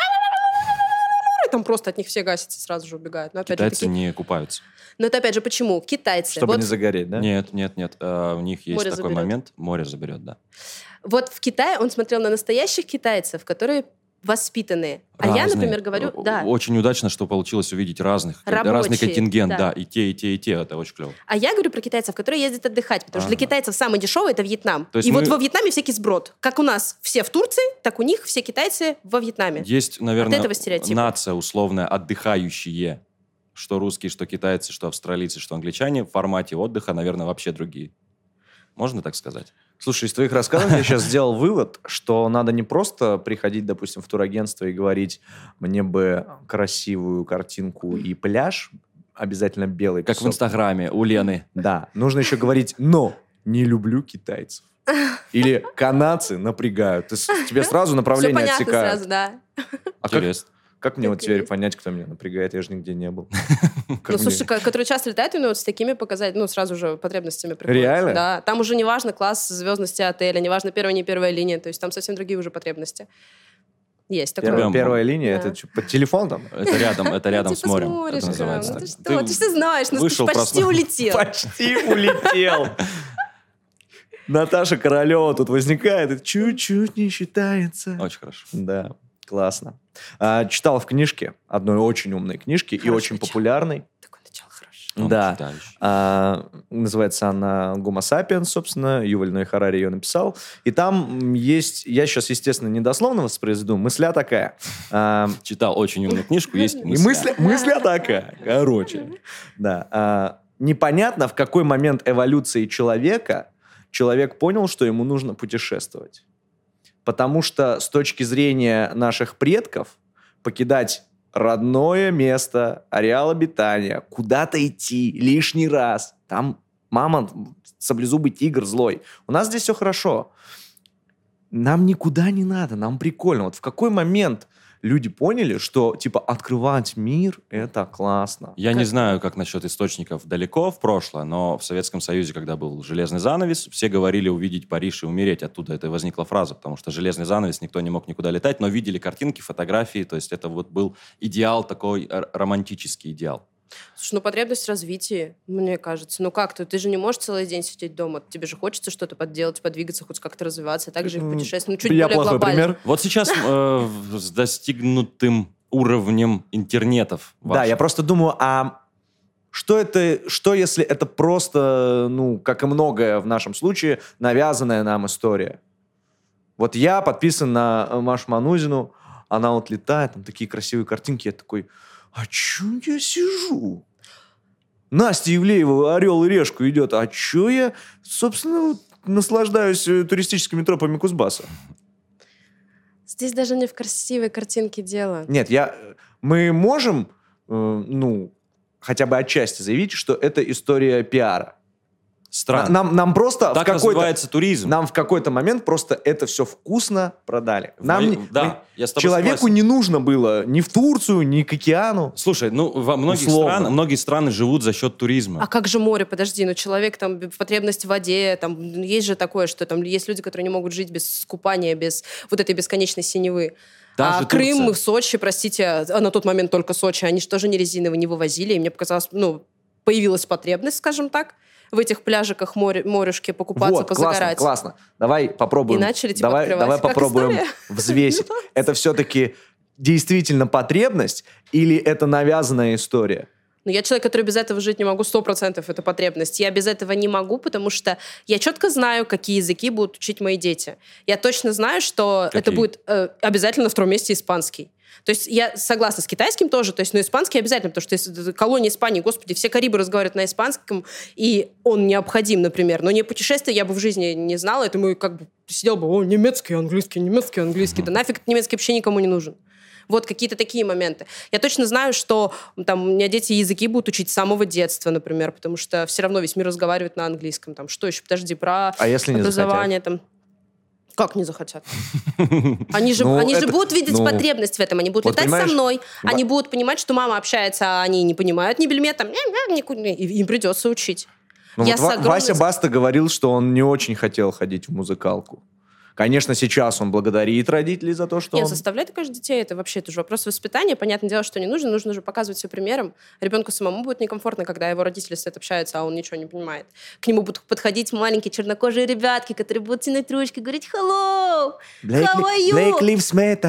И там просто от них все гасятся, сразу же убегают. Но, опять Китайцы же, такие... не купаются. Но это, опять же, почему? Китайцы... Чтобы вот... не загореть, да? Нет, нет, нет. А, у них есть Море такой заберет. момент. Море заберет, да. Вот в Китае он смотрел на настоящих китайцев, которые воспитанные. А Разные. я, например, говорю... Да. Очень удачно, что получилось увидеть разных, Рабочие, разный контингент. да. Да. и те, и те, и те. Это очень клево. А я говорю про китайцев, которые ездят отдыхать, потому что Ага. для китайцев самый дешевый — это Вьетнам. То есть И мы- вот во Вьетнаме всякий сброд. Как у нас все в Турции, так у них все китайцы во Вьетнаме. Есть, наверное, От этого стереотипа. нация условная, отдыхающие. Что русские, что китайцы, что австралийцы, что англичане. В формате отдыха, наверное, вообще другие. Можно так сказать? Слушай, из твоих рассказов я сейчас сделал вывод, что надо не просто приходить, допустим, в турагентство и говорить, мне бы красивую картинку и пляж, обязательно белый Как в песок. Инстаграме у Лены. Да, нужно еще говорить, но не люблю китайцев. Или канадцы напрягают. Ты, с- тебе сразу Все направление понятно отсекают. сразу, да. А как, Интересно. как мне вот Так и теперь есть. понять, кто меня напрягает? Я же нигде не был. Как Ну, мне- слушай, ко- которые часто летают, именно вот с такими показать, ну, сразу же потребностями приходят. Реально? Да. Там уже не важно класс звездности отеля, не важно первая, не первая линия, то есть там совсем другие уже потребности. Есть такое. Первая, Прям- первая линия, Да. это что, под телефон там? Это рядом, это рядом Ты с морем. посмотришь, Это называется ну, так. ты что, ты, ж ты знаешь, ну, ты ж вышел, почти просма- улетел. Почти улетел. Наташа Королева тут возникает, и чуть-чуть не считается. Очень хорошо. Да, классно. А, читал в книжке, одной очень умной книжке и Хорошее очень начало. популярной. Такое начало хорошее. Он Да. читающий. А, называется она «Гомо сапиенс», собственно. Юваль Ной Харари ее написал. И там м, есть... Я сейчас, естественно, недословно воспроизведу. Мысля такая. А, Читал очень умную книжку, есть и мысля. мысля, мысля такая. Короче. Да. А, непонятно, в какой момент эволюции человека человек понял, что ему нужно путешествовать. Потому что с точки зрения наших предков покидать родное место, ареал обитания, куда-то идти лишний раз, там мама, саблезубый тигр злой. У нас здесь все хорошо. Нам никуда не надо, нам прикольно. Вот в какой момент люди поняли, что, типа, открывать мир — это классно? Я Как- не знаю, как насчет источников далеко в прошлое, но в Советском Союзе, когда был железный занавес, все говорили увидеть Париж и умереть. Оттуда это и возникла фраза, потому что железный занавес, никто не мог никуда летать, но видели картинки, фотографии, то есть это вот был идеал такой, р- романтический идеал. Слушай, ну потребность в развитии, мне кажется. Ну как ты? Ты же не можешь целый день сидеть дома. Тебе же хочется что-то подделать, подвигаться, хоть как-то развиваться, а также и в М, путешествии. Ну чуть Я более плохой глобально. пример. Вот сейчас э, с достигнутым уровнем интернетов. Да, ваших, я просто думаю, а что это, что если это просто, ну, как и многое в нашем случае, навязанная нам история? Вот я подписан на э, Машу Манузину, она вот летает, там такие красивые картинки, я такой, а чё я сижу? Настя Ивлеева «Орел и решку» идет, а чё я, собственно, вот наслаждаюсь э, туристическими тропами Кузбасса? Здесь даже не в красивой картинке дело. Нет, я, мы можем, э, ну, хотя бы отчасти заявить, что это история пиара. стран. Нам, нам просто так в какой-то, развивается туризм. Нам в какой-то момент просто это все вкусно продали. Нам моей- не- да, мы- я с тобой человеку согласен. не нужно было ни в Турцию, ни к океану. Слушай, ну во многих Условно. странах, многие страны живут за счет туризма. А как же море? Подожди, ну человек там потребность в воде, там есть же такое, что там есть люди, которые не могут жить без купания, без вот этой бесконечной синевы. Даже а Крым, Турция. Сочи, простите, а на тот момент только Сочи, они же тоже не резиновые, не вывозили, и мне показалось, ну, появилась потребность, скажем так, в этих пляжиках, море, морюшке покупаться, Вот, классно, позагорать. классно. Давай попробуем. И начали, типа, давай, открывать. давай Как попробуем история? взвесить. Это все-таки действительно потребность или это навязанная история? Но я человек, который без этого жить не могу, сто процентов это потребность. Я без этого не могу, потому что я четко знаю, какие языки будут учить мои дети. Я точно знаю, что Какие? это будет э, обязательно на втором месте испанский. То есть я согласна с китайским тоже, то есть, но испанский обязательно, потому что это колония Испании, господи, все Карибы разговаривают на испанском, и он необходим, например. Но не путешествие я бы в жизни не знала, это мы как бы сидел бы, о, немецкий, английский, немецкий, английский, да нафиг этот немецкий вообще никому не нужен. Вот какие-то такие моменты. Я точно знаю, что там, у меня дети языки будут учить с самого детства, например, потому что все равно весь мир разговаривает на английском. Там, что еще? Подожди, про А если не образование. Там. Как не захотят? Они же, Ну, они же это- будут видеть ну, потребность в этом. Они будут вот летать понимаешь, со мной. Ва- Они будут понимать, что мама общается, а они не понимают ни бельмет, там, никуда, и им придется учить. Ну, Я вот с Ва- огромной- Вася Баста говорил, что он не очень хотел ходить в музыкалку. Конечно, сейчас он благодарит родителей за то, что Нет, он... заставлять, конечно, детей, это вообще это же вопрос воспитания. Понятное дело, что не нужно, нужно же показывать все примером. Ребенку самому будет некомфортно, когда его родители с этим общаются, а он ничего не понимает. К нему будут подходить маленькие чернокожие ребятки, которые будут тянуть ручки, говорить «Hello! Black, How are you?» Black Lives Matter.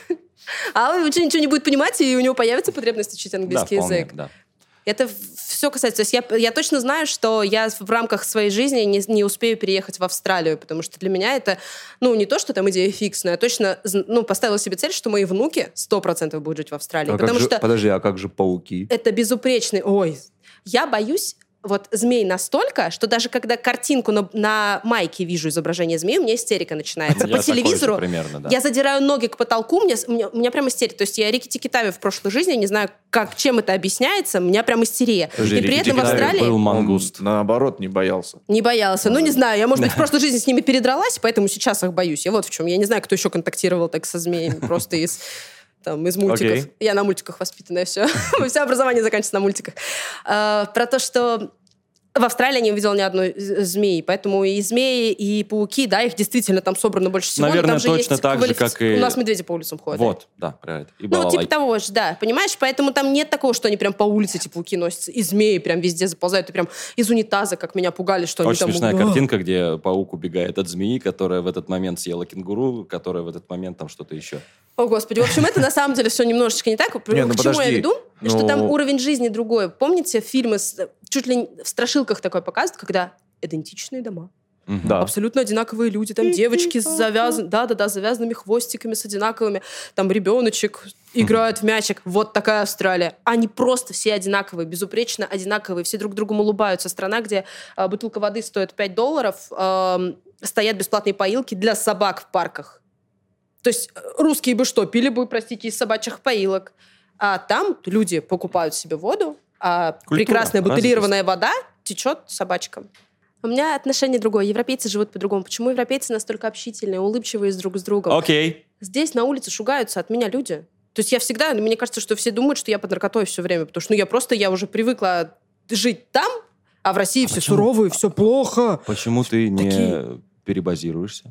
А он вообще ничего не будет понимать, и у него появится потребность учить Да, английский вполне, язык. да. Это все касается... То есть я, я точно знаю, что я в рамках своей жизни не, не успею переехать в Австралию, потому что для меня это, ну, не то, что там идея фиксная, я точно, ну, поставила себе цель, что мои внуки сто процентов будут жить в Австралии. А как потому же- что Подожди, а как же пауки? это безупречный... Ой, я боюсь вот змей настолько, что даже когда картинку на, на майке вижу изображение змеи, у меня истерика начинается. Я По такой же телевизору примерно, да. я задираю ноги к потолку, мне, у, меня, у меня прям истерика. То есть я Рикки Тикки-Тави в прошлой жизни, не знаю, как, чем это объясняется, у меня прям истерия. Подожди, И при Рикки этом в Тикки-Тави Австралии... был мангуст. Он, наоборот, не боялся. Не боялся. Ну, не знаю, я, может быть, в прошлой жизни с ними передралась, поэтому сейчас их боюсь. Я вот в чем. Я не знаю, кто еще контактировал так со змеями, просто из... Там, из мультиков. Окей. Я на мультиках воспитанная, все. Все образование заканчивается на мультиках. А, про то, что в Австралии я не увидела ни одной з- змеи, поэтому и змеи, и пауки, да, их действительно там собрано больше всего. но Наверное, там же точно есть так же, квалифици- как и- У нас медведи по улицам ходят. Вот, да, про это. И Ну, вот типа балалайки. того же, да, понимаешь? Поэтому там нет такого, что они прям по улице эти пауки носятся, и змеи прям везде заползают, и прям из унитаза, как меня пугали, что Очень они там... смешная «Уа!» картинка, где паук убегает от змеи, которая в этот момент съела кенгуру, которая в этот момент там что-то еще. О, Господи. В общем, это на самом деле все немножечко не так. К Не, ну чему я подожди. веду? Что Ну- там уровень жизни другой. Помните фильмы с, чуть ли не в страшилках такое показывают, когда идентичные дома. Мгм. Да. Абсолютно одинаковые люди. Там девочки с завязан... да, да, да, завязанными хвостиками, с одинаковыми. Там ребеночек играет в мячик. Вот такая Австралия. Они просто все одинаковые, безупречно одинаковые. Все друг другу улыбаются. Страна, где а, бутылка воды стоит пять долларов, ам, стоят бесплатные поилки для собак в парках. То есть э, русские бы что, пили бы, простите, из собачьих поилок. А там люди покупают себе воду, а Культура, прекрасная бутылированная вода течет собачкам. У меня отношение другое. Европейцы живут по-другому. Почему европейцы настолько общительные, улыбчивые друг с другом? Окей. Здесь на улице шугаются от меня люди. То есть я всегда, мне кажется, что все думают, что я под наркотой все время, потому что ну, я просто, я уже привыкла жить там, а в России все почему? суровые, все плохо. Почему ты не Такие- перебазируешься?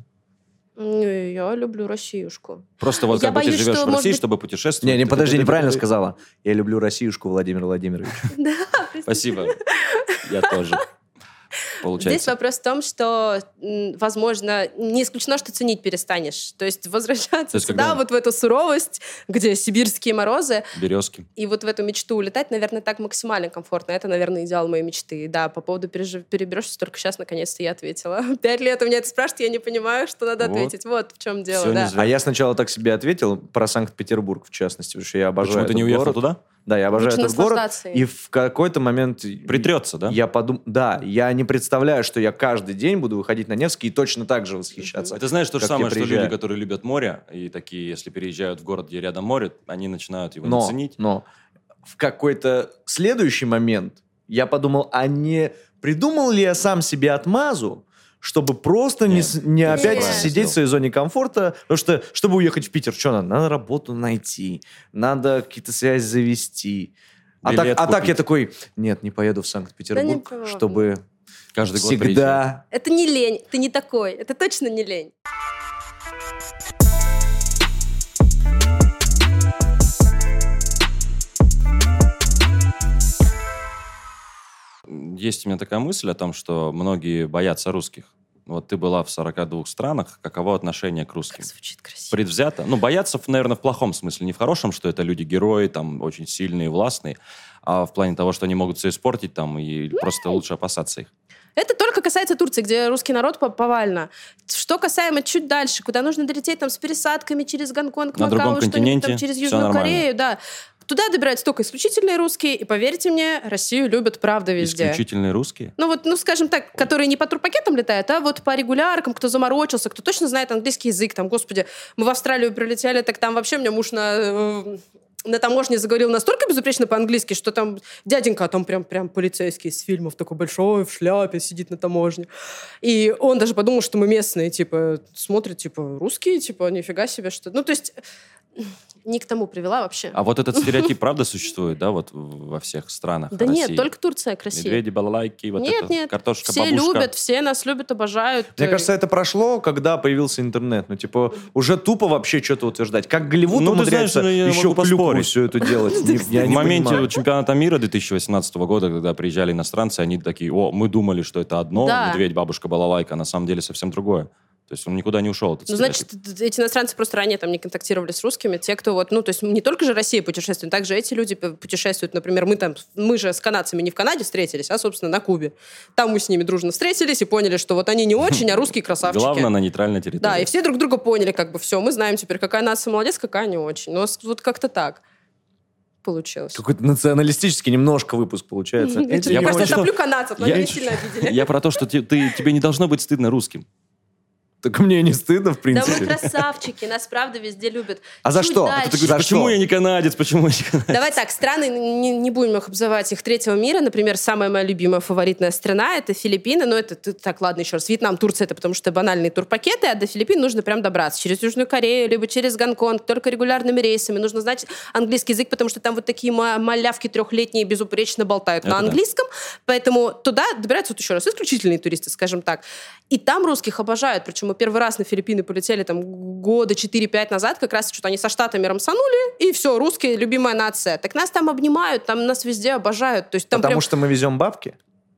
Не, я люблю Россиюшку. Просто вот Я как бы ты боюсь, живешь что, в может России, быть- чтобы путешествовать. Не, не, Ты- подожди, ты- ты- неправильно ты- сказала. Я люблю Россиюшку, Владимир Владимирович. Да, Спасибо. Я тоже. Здесь Получается. вопрос в том, что, м, возможно, не исключено, что ценить перестанешь. То есть возвращаться То есть сюда, когда- вот в эту суровость, где сибирские морозы, Березки. и вот в эту мечту улетать, наверное, так максимально комфортно. Это, наверное, идеал моей мечты. Да, по поводу пережив... переберешься, только сейчас, наконец-то, я ответила. Пять лет у меня это спрашивают, я не понимаю, что надо Вот. ответить. Вот в чем дело, Всё да. не зря. А я сначала так себе ответил про Санкт-Петербург, в частности, потому что я обожаю Почему ты этот не уехал город. туда? Да, я обожаю Лучше этот город. наслаждаться им. И в какой-то момент... Притрется, да? Я подумал... Да, я не представляю, что я каждый день буду выходить на Невский и точно так же восхищаться. Это знаешь то же как я самое, что приезжаю. люди, которые любят море, и такие, если переезжают в город, где рядом море, они начинают его Но, не ценить. но в какой-то следующий момент я подумал, а не придумал ли я сам себе отмазу, чтобы просто не, Нет. не опять Нет. сидеть в своей зоне комфорта, потому что, чтобы уехать в Питер, что надо? Надо работу найти, надо какие-то связи завести. А так, Билет а так купить. я такой, нет, не поеду в Санкт-Петербург, Да не чтобы Каждый год приезжать. всегда... Это не лень, ты не такой. Это точно не лень. Есть у меня такая мысль о том, что многие боятся русских. Вот ты была в сорока двух странах. Каково отношение к русским? Как звучит красиво. Предвзято? Ну, боятся, наверное, в плохом смысле. Не в хорошем, что это люди-герои, там, очень сильные, властные, а в плане того, что они могут все испортить, там, и просто лучше опасаться их. Это только касается Турции, где русский народ по- повально. Что касаемо чуть дальше, куда нужно долететь там с пересадками через Гонконг, На Макао, другом что-нибудь континенте там через всё Южную нормально. Корею, да. Туда добираются только исключительные русские, и поверьте мне, Россию любят правда везде. Исключительные русские? Ну вот, ну скажем так, которые не по турпакетам летают, а вот по регуляркам, кто заморочился, кто точно знает английский язык. Там, господи, мы в Австралию прилетели, так там вообще у меня муж на, э, на таможне заговорил настолько безупречно по-английски, что там дяденька, а там прям, прям полицейский из фильмов, такой большой, в шляпе, сидит на таможне. И он даже подумал, что мы местные, типа, смотрят, типа, русские, типа, нифига себе, что... Ну, то есть... Не к тому привела вообще. А вот этот стереотип правда существует, да, вот в- во всех странах Да России? нет, только Турция красивая. Медведи, балалайки, вот Нет, это, нет, картошка, все бабушка. любят, все нас любят, обожают. Мне кажется, это прошло, когда появился интернет. Ну, типа, уже тупо вообще что-то утверждать. Как Голливуд Ну, ты умудряется знаешь, я еще могу клюкву поспорить. все это делать. Не- Я В не моменте понимаю. чемпионата мира две тысячи восемнадцатого года, когда приезжали иностранцы, они такие, о, мы думали, что это одно, Да. медведь, бабушка, балалайка, а на самом деле совсем другое. То есть он никуда не ушел, этот Ну, стереотип. значит, эти иностранцы просто ранее там не контактировали с русскими. Те, кто вот, ну, то есть не только же Россия путешествует, также эти люди п- путешествуют. Например, мы там, мы же с канадцами не в Канаде встретились, а, собственно, на Кубе. Там мы с ними дружно встретились и поняли, что вот они не очень, а русские красавчики. Главное, на нейтральной территории. Да, и все друг друга поняли, как бы, все, мы знаем теперь, какая нация молодец, какая не очень. Но с- вот как-то так получилось. Какой-то националистический немножко выпуск получается. Я Эти Я просто просто- топлю канадцев, но Я- они не сильно обидели. Я про то, что те- ты- тебе не должно быть стыдно русским. Так мне не стыдно, в Да мы принципе. красавчики, нас правда везде любят. А за Чуть что? дальше. Это ты говоришь, за Почему что? я не канадец? Почему я не канадец? Давай так, страны, не, не будем их обзывать, их третьего мира. Например, самая моя любимая фаворитная страна — это Филиппины. Но это, т- так, ладно, еще раз. Вьетнам, Турция — это потому что банальные турпакеты, а до Филиппин нужно прям добраться. Через Южную Корею, либо через Гонконг, только регулярными рейсами. Нужно знать английский язык, потому что там вот такие ма- малявки трехлетние безупречно болтают Это на да. английском. Поэтому туда добираются, вот еще раз, исключительные туристы, скажем так. И там русских обожают. Причем мы первый раз на Филиппины полетели там года четыре-пять назад, как раз что-то они со Штатами рамсанули, и все, русские, любимая нация. Так нас там обнимают, там нас везде обожают. То есть там Потому прям... что мы везем бабки?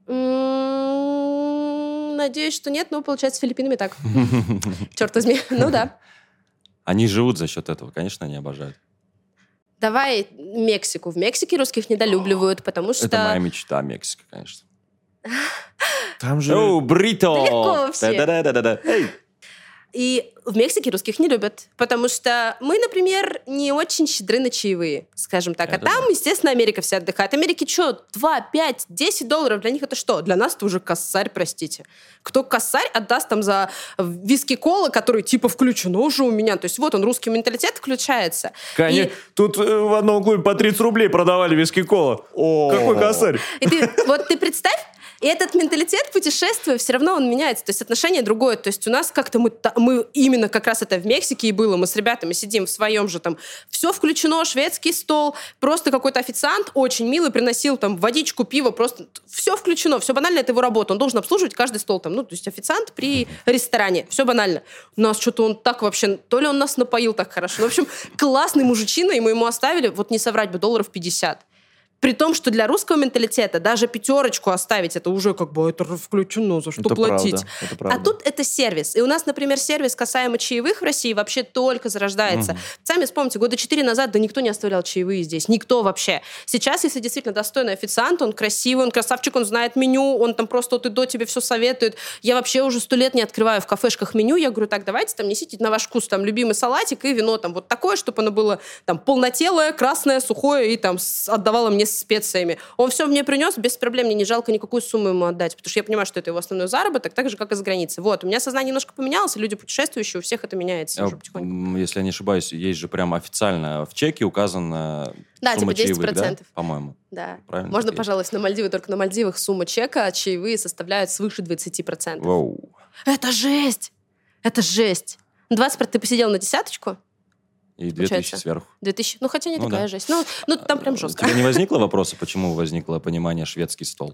М, Надеюсь, что нет, но получается с Филиппинами так. Черт возьми. Ну да. Они живут за счет этого, конечно, они обожают. Давай Мексику. В Мексике русских недолюбливают, потому что... Это моя мечта, Мексика, конечно. Там же... О, Брито! Далеко вообще. Да-да-да-да-да. Эй! И в Мексике русских не любят, потому что мы, например, не очень щедры на чаевые, скажем так. Это а там, да. естественно, Америка вся отдыхает. Америки что, два, пять, десять долларов? Для них это что? Для нас это уже косарь, простите. Кто косарь отдаст там за виски-кола, который типа включено уже у меня? То есть вот он, русский менталитет включается. Конечно, И- тут э, в одном клубе по тридцать рублей продавали виски-кола. Какой косарь? И ты, вот ты представь, и этот менталитет путешествия все равно он меняется, то есть отношение другое. То есть у нас как-то мы, та- мы именно как раз это в Мексике и было, мы с ребятами сидим в своем же там, все включено, шведский стол, просто какой-то официант очень милый приносил там водичку, пиво, просто все включено, все банально, это его работа, он должен обслуживать каждый стол там, ну, то есть официант при ресторане, все банально. У нас что-то он так вообще, то ли он нас напоил так хорошо, ну, в общем, классный мужичина, и мы ему оставили, вот не соврать бы, долларов пятьдесят. При том, что для русского менталитета даже пятерочку оставить, это уже как бы это включено, за что Это платить. правда, это правда. А тут это сервис. И у нас, например, сервис касаемо чаевых в России вообще только зарождается. Мгм. Сами вспомните, года четыре назад, да никто не оставлял чаевые здесь. Никто вообще. Сейчас, если действительно достойный официант, он красивый, он красавчик, он знает меню, он там просто от и до тебе все советует. Я вообще уже сто лет не открываю в кафешках меню. Я говорю, так, давайте там несите на ваш вкус там любимый салатик и вино там вот такое, чтобы оно было там полнотелое, красное, сухое и там с- отдавало мне с специями. Он все мне принес, без проблем, мне не жалко никакую сумму ему отдать, потому что я понимаю, что это его основной заработок, так же, как и за границей. Вот, у меня сознание немножко поменялось, люди путешествующие, у всех это меняется А, уже потихоньку. Если я не ошибаюсь, есть же прям официально в чеке указана Да, сумма типа десять процентов. чаевых, да? По-моему. Да. Правильно? Можно так и есть? пожаловаться на Мальдивы, только на Мальдивах сумма чека, чаевые составляют свыше двадцать процентов. Воу. Это жесть! Это жесть! двадцать процентов ты посидел на десяточку? И две тысячи Получается. сверху. две тысячи, ну хотя не Ну, такая да. жесть. Ну, ну там прям У жестко. тебя не возникло вопроса, почему возникло понимание шведский стол?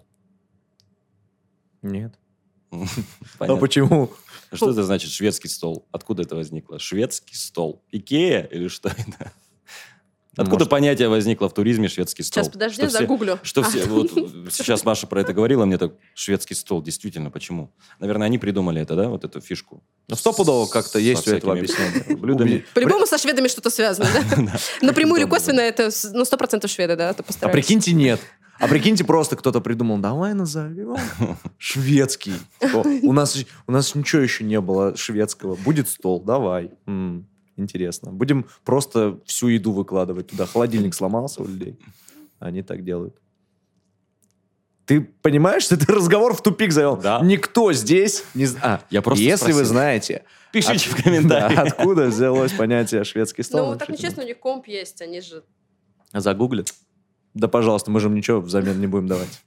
Нет. А Понятно. почему? Что это значит шведский стол? Откуда это возникло? Шведский стол. Икея или что это? Откуда Может. понятие возникло в туризме шведский стол? Сейчас, подожди, Что все- загуглю. Что А. все, вот сейчас Маша про это говорила, мне так, шведский стол, действительно, почему? Наверное, они придумали это, да, вот эту фишку. Ну, стопудово как-то Со есть у этого всякими объяснение. блюдами. По-любому со шведами что-то связано, да? Напрямую или косвенно это, с- ну, сто процентов шведы, да? ты А постараешься. прикиньте, нет. А прикиньте, просто кто-то придумал, давай назовем шведский. О, у нас, у нас ничего еще не было шведского. Будет стол, давай. М, интересно. Будем просто всю еду выкладывать туда. Холодильник сломался у людей. Они так делают. Ты понимаешь, что ты разговор в тупик завел? Да. Никто здесь не знает. Я просто Если вы спросил. знаете, Пишите от- в комментариях. да, откуда взялось понятие шведский стол. Ну, так напишите. нечестно, у них комп есть, они же... Загуглят? Да, пожалуйста, мы же им ничего взамен не будем давать.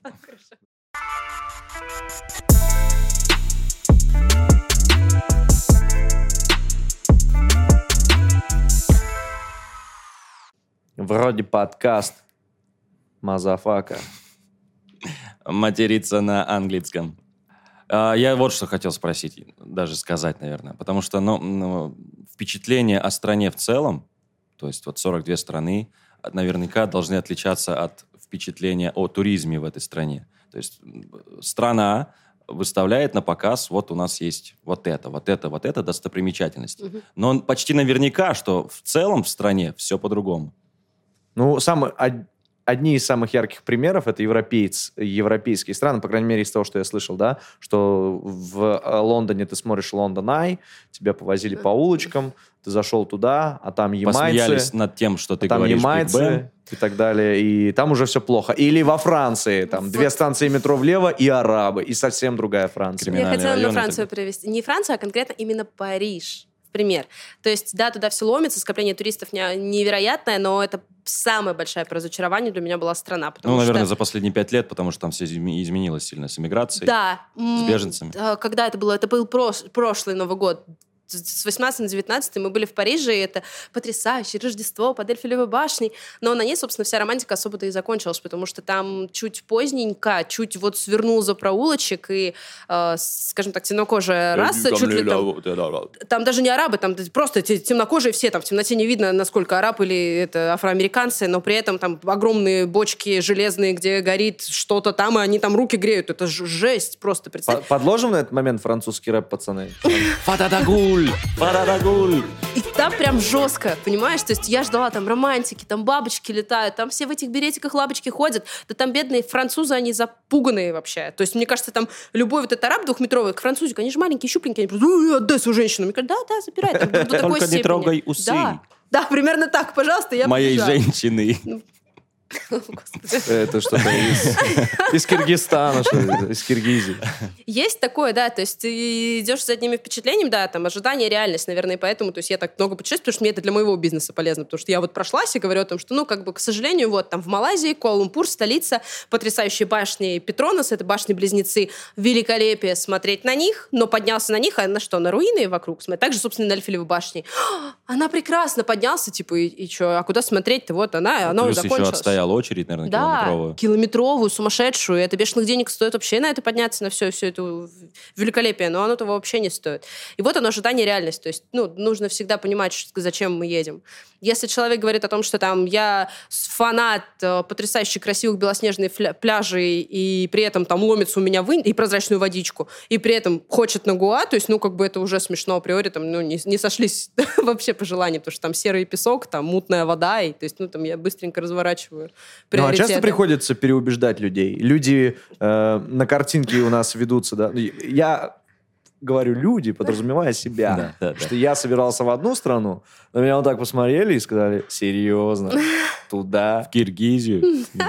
Вроде подкаст. Мазафака. Материться на английском. А, Я вот что хотел спросить, даже сказать, наверное. Потому что ну, ну, впечатление о стране в целом, то есть вот сорок две страны, наверняка должны отличаться от впечатления о туризме в этой стране. То есть м, страна выставляет на показ, вот у нас есть вот это, вот это, вот это достопримечательности. Мгм. Но почти наверняка, что в целом в стране все по-другому. Ну, самый, од- одни из самых ярких примеров это европейц, европейские страны, по крайней мере, из того, что я слышал, да, что в э, Лондоне ты смотришь Лондон Ай, тебя повозили по улочкам, ты зашел туда, а там Посмеялись ямайцы, над тем, что ты а там говоришь Биг Бен. ямайцы и так далее, и там уже все плохо. Или во Франции, там Вот. две станции метро влево и арабы, и совсем другая Франция. Криминал. Я хотела районы на и так Францию далее. привести. Не Францию, а конкретно именно Париж. В пример. То есть, да, туда все ломится, скопление туристов не- невероятное, но это самое большое разочарование для меня была страна. Потому Ну, наверное, что... за последние пять лет, потому что там все изме- изменилось сильно с эмиграцией. Да. С М, беженцами. да, Когда это было? Это был прос- прошлый Новый год. С восемнадцатого на девятнадцатый мы были в Париже, и это потрясающее Рождество под Эльфелевой башней. Но на ней, собственно, вся романтика особо-то и закончилась, потому что там чуть поздненько, чуть вот свернул за проулочек, и, э, скажем так, темнокожая раса, чуть ли там... Там даже не арабы, там просто те- темнокожие все, там в темноте не видно, насколько араб или это афроамериканцы, но при этом там огромные бочки железные, где горит что-то там, и они там руки греют. Это ж- жесть просто, представь. По- Подложим на этот момент французский рэп, пацаны? Фатадагуль! Фатадагуль! И там прям жестко, понимаешь? То есть я ждала там романтики, там бабочки летают, там все в этих беретиках лапочки ходят. Да там бедные французы, они запуганные вообще. То есть мне кажется, там любой вот этот араб двухметровый к французику, они же маленькие, щупленькие, они просто, «Ой, отдай свою женщину». Мне говорят, да, да, забирай. Там до такой Только не степени. трогай усы. Да, да, примерно так, пожалуйста, я Моей побежала. женщины. Господи. Это что-то из, из Киргизстана, что ли, из Киргизии. Есть такое, да, то есть ты идешь с одними впечатлениями, да, там, ожидание, реальность, наверное, и поэтому, то есть я так много путешествую, потому что мне это для моего бизнеса полезно, потому что я вот прошлась и говорю о том, что, ну, как бы, к сожалению, вот там в Малайзии, Куала-Лумпур, столица, потрясающие башни Петронас, это башни-близнецы, великолепие смотреть на них, но поднялся на них, а на что, на руины вокруг смотреть, также, собственно, на Эльфелевой башне. Она прекрасно поднялся, типа, и, и что, а куда смотреть-то, вот она, она Плюс уже еще закончилась. отстояла очередь, наверное, Да, километровую. километровую, сумасшедшую. Это бешеных денег стоит вообще на это подняться, на все, все это великолепие, но оно того вообще не стоит. И вот оно ожидание, реальность. То есть, ну, нужно всегда понимать, что- зачем мы едем. Если человек говорит о том, что там я фанат э, потрясающе красивых белоснежных фля- пляжей, и при этом там ломится у меня в Ин- и прозрачную водичку, и при этом хочет на Гоа, то есть, ну, как бы это уже смешно априори, там, ну, не, не сошлись вообще по желанию, потому что там серый песок, там мутная вода, и, то есть, ну, там я быстренько разворачиваю Ну, а часто приоритеты. приходится переубеждать людей. Люди э, на картинке у нас ведутся, да. Я говорю люди, подразумевая себя. Да, да, да. Что я собирался в одну страну, на меня вот так посмотрели и сказали, серьезно, туда. В Киргизию.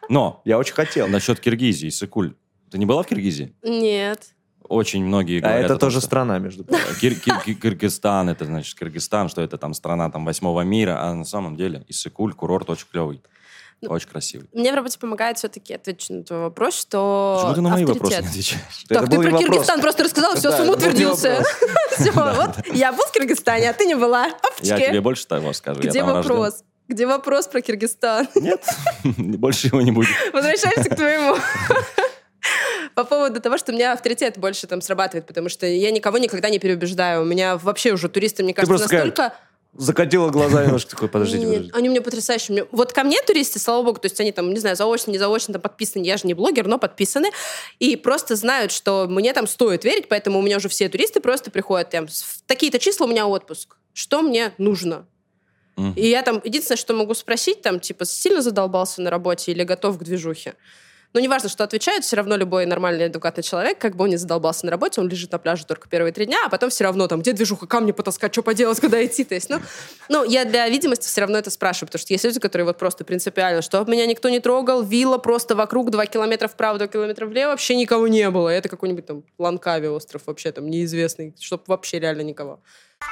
Но Я очень хотел. насчет Киргизии, Иссык-Куль. Ты не была в Киргизии? Нет. Очень многие А говорят это о том, тоже что- страна, между прочим. Кир- Кир- Кир- Кыргызстан, это значит Кыргызстан, что это там страна там восьмого мира, а на самом деле Иссык-Куль, курорт очень клевый, очень красивый. Мне в работе помогает все-таки ответить на твой вопрос, что Почему ты на мои авторитет. вопросы не отвечаешь? Это Так, ты был про не вопрос. Киргизстан просто рассказала, все, Да, с это был не утвердился. вопрос. Все, вот я был в Киргизстане, а ты не была. Я тебе Опачки. больше того скажу. я Где там рожден. вопрос? Где вопрос про Киргизстан? Нет, больше его не будет. Возвращаемся к твоему. По поводу того, что у меня авторитет больше там срабатывает, потому что я никого никогда не переубеждаю. У меня вообще уже туристы, мне кажется, просто такая, настолько... Закатила глаза немножко, такой, подождите, Нет, подождите. они у меня потрясающие. Мне- Вот ко мне туристы, слава богу, то есть они там, не знаю, заочно, не заочно там подписаны. Я же не блогер, но подписаны. И просто знают, что мне там стоит верить, поэтому у меня уже все туристы просто приходят там, в такие-то числа у меня отпуск. Что мне нужно? Мгм. И я там, единственное, что могу спросить, там, типа, сильно задолбался на работе или готов к движухе? Но неважно, что отвечают, все равно любой нормальный, адекватный человек, как бы он не задолбался на работе, он лежит на пляже только первые три дня, а потом все равно там, где движуха, камни потаскать, что поделать, куда идти. То есть, ну, ну, я для видимости все равно это спрашиваю, потому что есть люди, которые вот просто принципиально, что меня никто не трогал, вилла просто вокруг, два километра вправо, два километра влево, вообще никого не было. Это какой-нибудь там Ланкави остров вообще там неизвестный, чтобы вообще реально никого.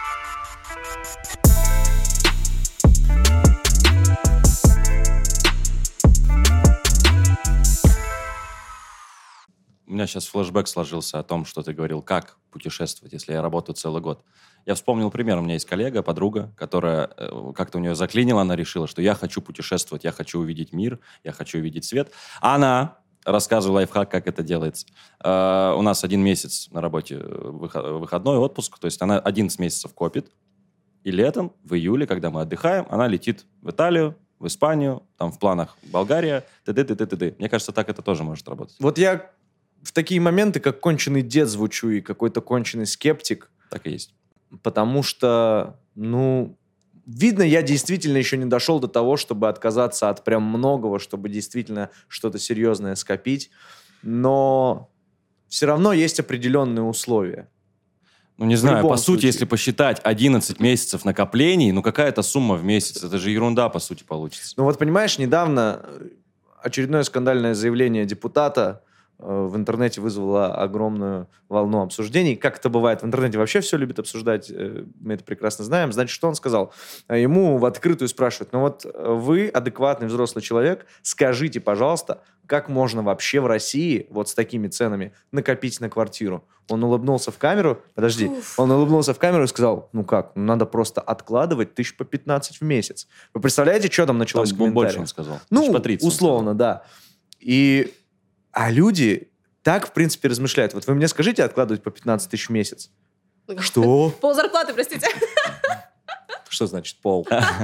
У меня сейчас флешбэк сложился о том, что ты говорил, как путешествовать, если я работаю целый год. Я вспомнил пример. У меня есть коллега, подруга, которая э, как-то у нее заклинила, она решила, что я хочу путешествовать, я хочу увидеть мир, я хочу увидеть свет. Она рассказывала лайфхак, как это делается. Э, у нас один месяц на работе выход- выходной отпуск, то есть она одиннадцать месяцев копит, и летом, в июле, когда мы отдыхаем, она летит в Италию, в Испанию, там в планах Болгария, т.д. т.д. т.д. Мне кажется, так это тоже может работать. Вот я в такие моменты, как конченый дед звучу и какой-то конченый скептик, Так и есть. потому что, ну, видно, я действительно еще не дошел до того, чтобы отказаться от прям многого, чтобы действительно что-то серьезное скопить, но все равно есть определенные условия. Ну, не знаю, любом по сути, случае. если посчитать одиннадцать месяцев накоплений, ну, какая-то сумма в месяц, это же ерунда, по сути, получится. Ну вот, понимаешь, недавно очередное скандальное заявление депутата э, в интернете вызвало огромную волну обсуждений. Как это бывает, в интернете вообще все любят обсуждать, э, мы это прекрасно знаем. Значит, что он сказал? Э, Ему в открытую спрашивают, ну вот э, вы, адекватный взрослый человек, скажите, пожалуйста, как можно вообще в России вот с такими ценами накопить на квартиру? Он улыбнулся в камеру, подожди, Уф. он улыбнулся в камеру и сказал, ну как, ну надо просто откладывать тысяч по пятнадцать в месяц. Вы представляете, что там Там началось в больше комментариях? он сказал. Ну, Тысяч по тридцать он условно, да. И, а люди так, в принципе, размышляют. Вот вы мне скажите откладывать по пятнадцать тысяч в месяц. Что? Пол зарплаты, простите. Что значит пол?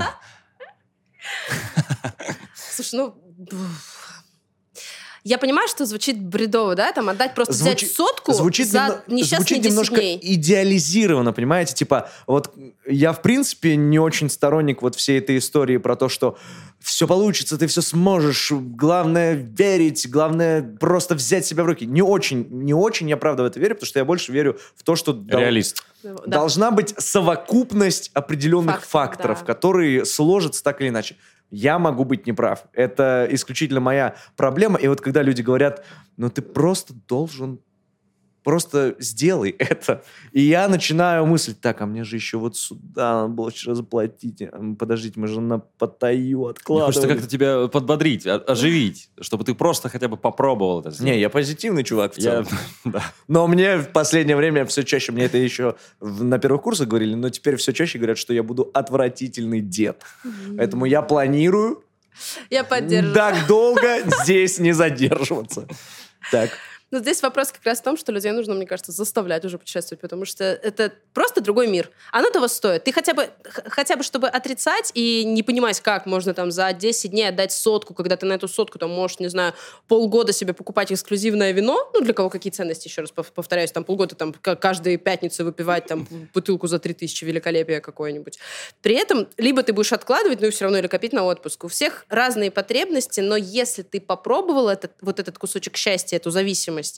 Слушай, ну... Я понимаю, что звучит бредово, да? Там отдать просто Звучит- взять сотку звучит за немно- несчастные звучит десять немножко дней. идеализированно, понимаете? Типа, вот я, в принципе, не очень сторонник вот всей этой истории про то, что все получится, ты все сможешь, главное верить, главное просто взять себя в руки. Не очень, не очень я, правда, в это верю, потому что я больше верю в то, что... дол- Реалист. Да. Должна быть совокупность определенных Факторов, факторов, да. которые сложатся так или иначе. Я могу быть неправ. Это исключительно моя проблема. И вот когда люди говорят, ну ты просто должен, просто сделай это. И я начинаю мыслить, так, а мне же еще вот сюда надо было вчера заплатить. А, Подождите, мы же на Паттайю Мне откладывали. хочется как-то тебя подбодрить, о- оживить, чтобы ты просто хотя бы попробовал это сделать. Не, я позитивный чувак в Я- целом. да. Но мне в последнее время все чаще, мне это еще в- на первых курсах говорили, но теперь все чаще говорят, что я буду отвратительный дед. Поэтому я планирую Я поддерживаю. так долго здесь не задерживаться. Так. Но здесь вопрос как раз в том, что людей нужно, мне кажется, заставлять уже путешествовать, потому что это просто другой мир. Оно того стоит. Ты хотя бы, х- хотя бы чтобы отрицать и не понимать, как можно там за десять дней отдать сотку, когда ты на эту сотку там можешь, не знаю, полгода себе покупать эксклюзивное вино, ну, для кого какие ценности, еще раз пов- повторяюсь, там полгода там к- каждую пятницу выпивать там бутылку за три тысячи великолепия какое-нибудь. При этом либо ты будешь откладывать, ну и все равно, или копить на отпуск. У всех разные потребности, но если ты попробовал этот, вот этот кусочек счастья, эту зависимость,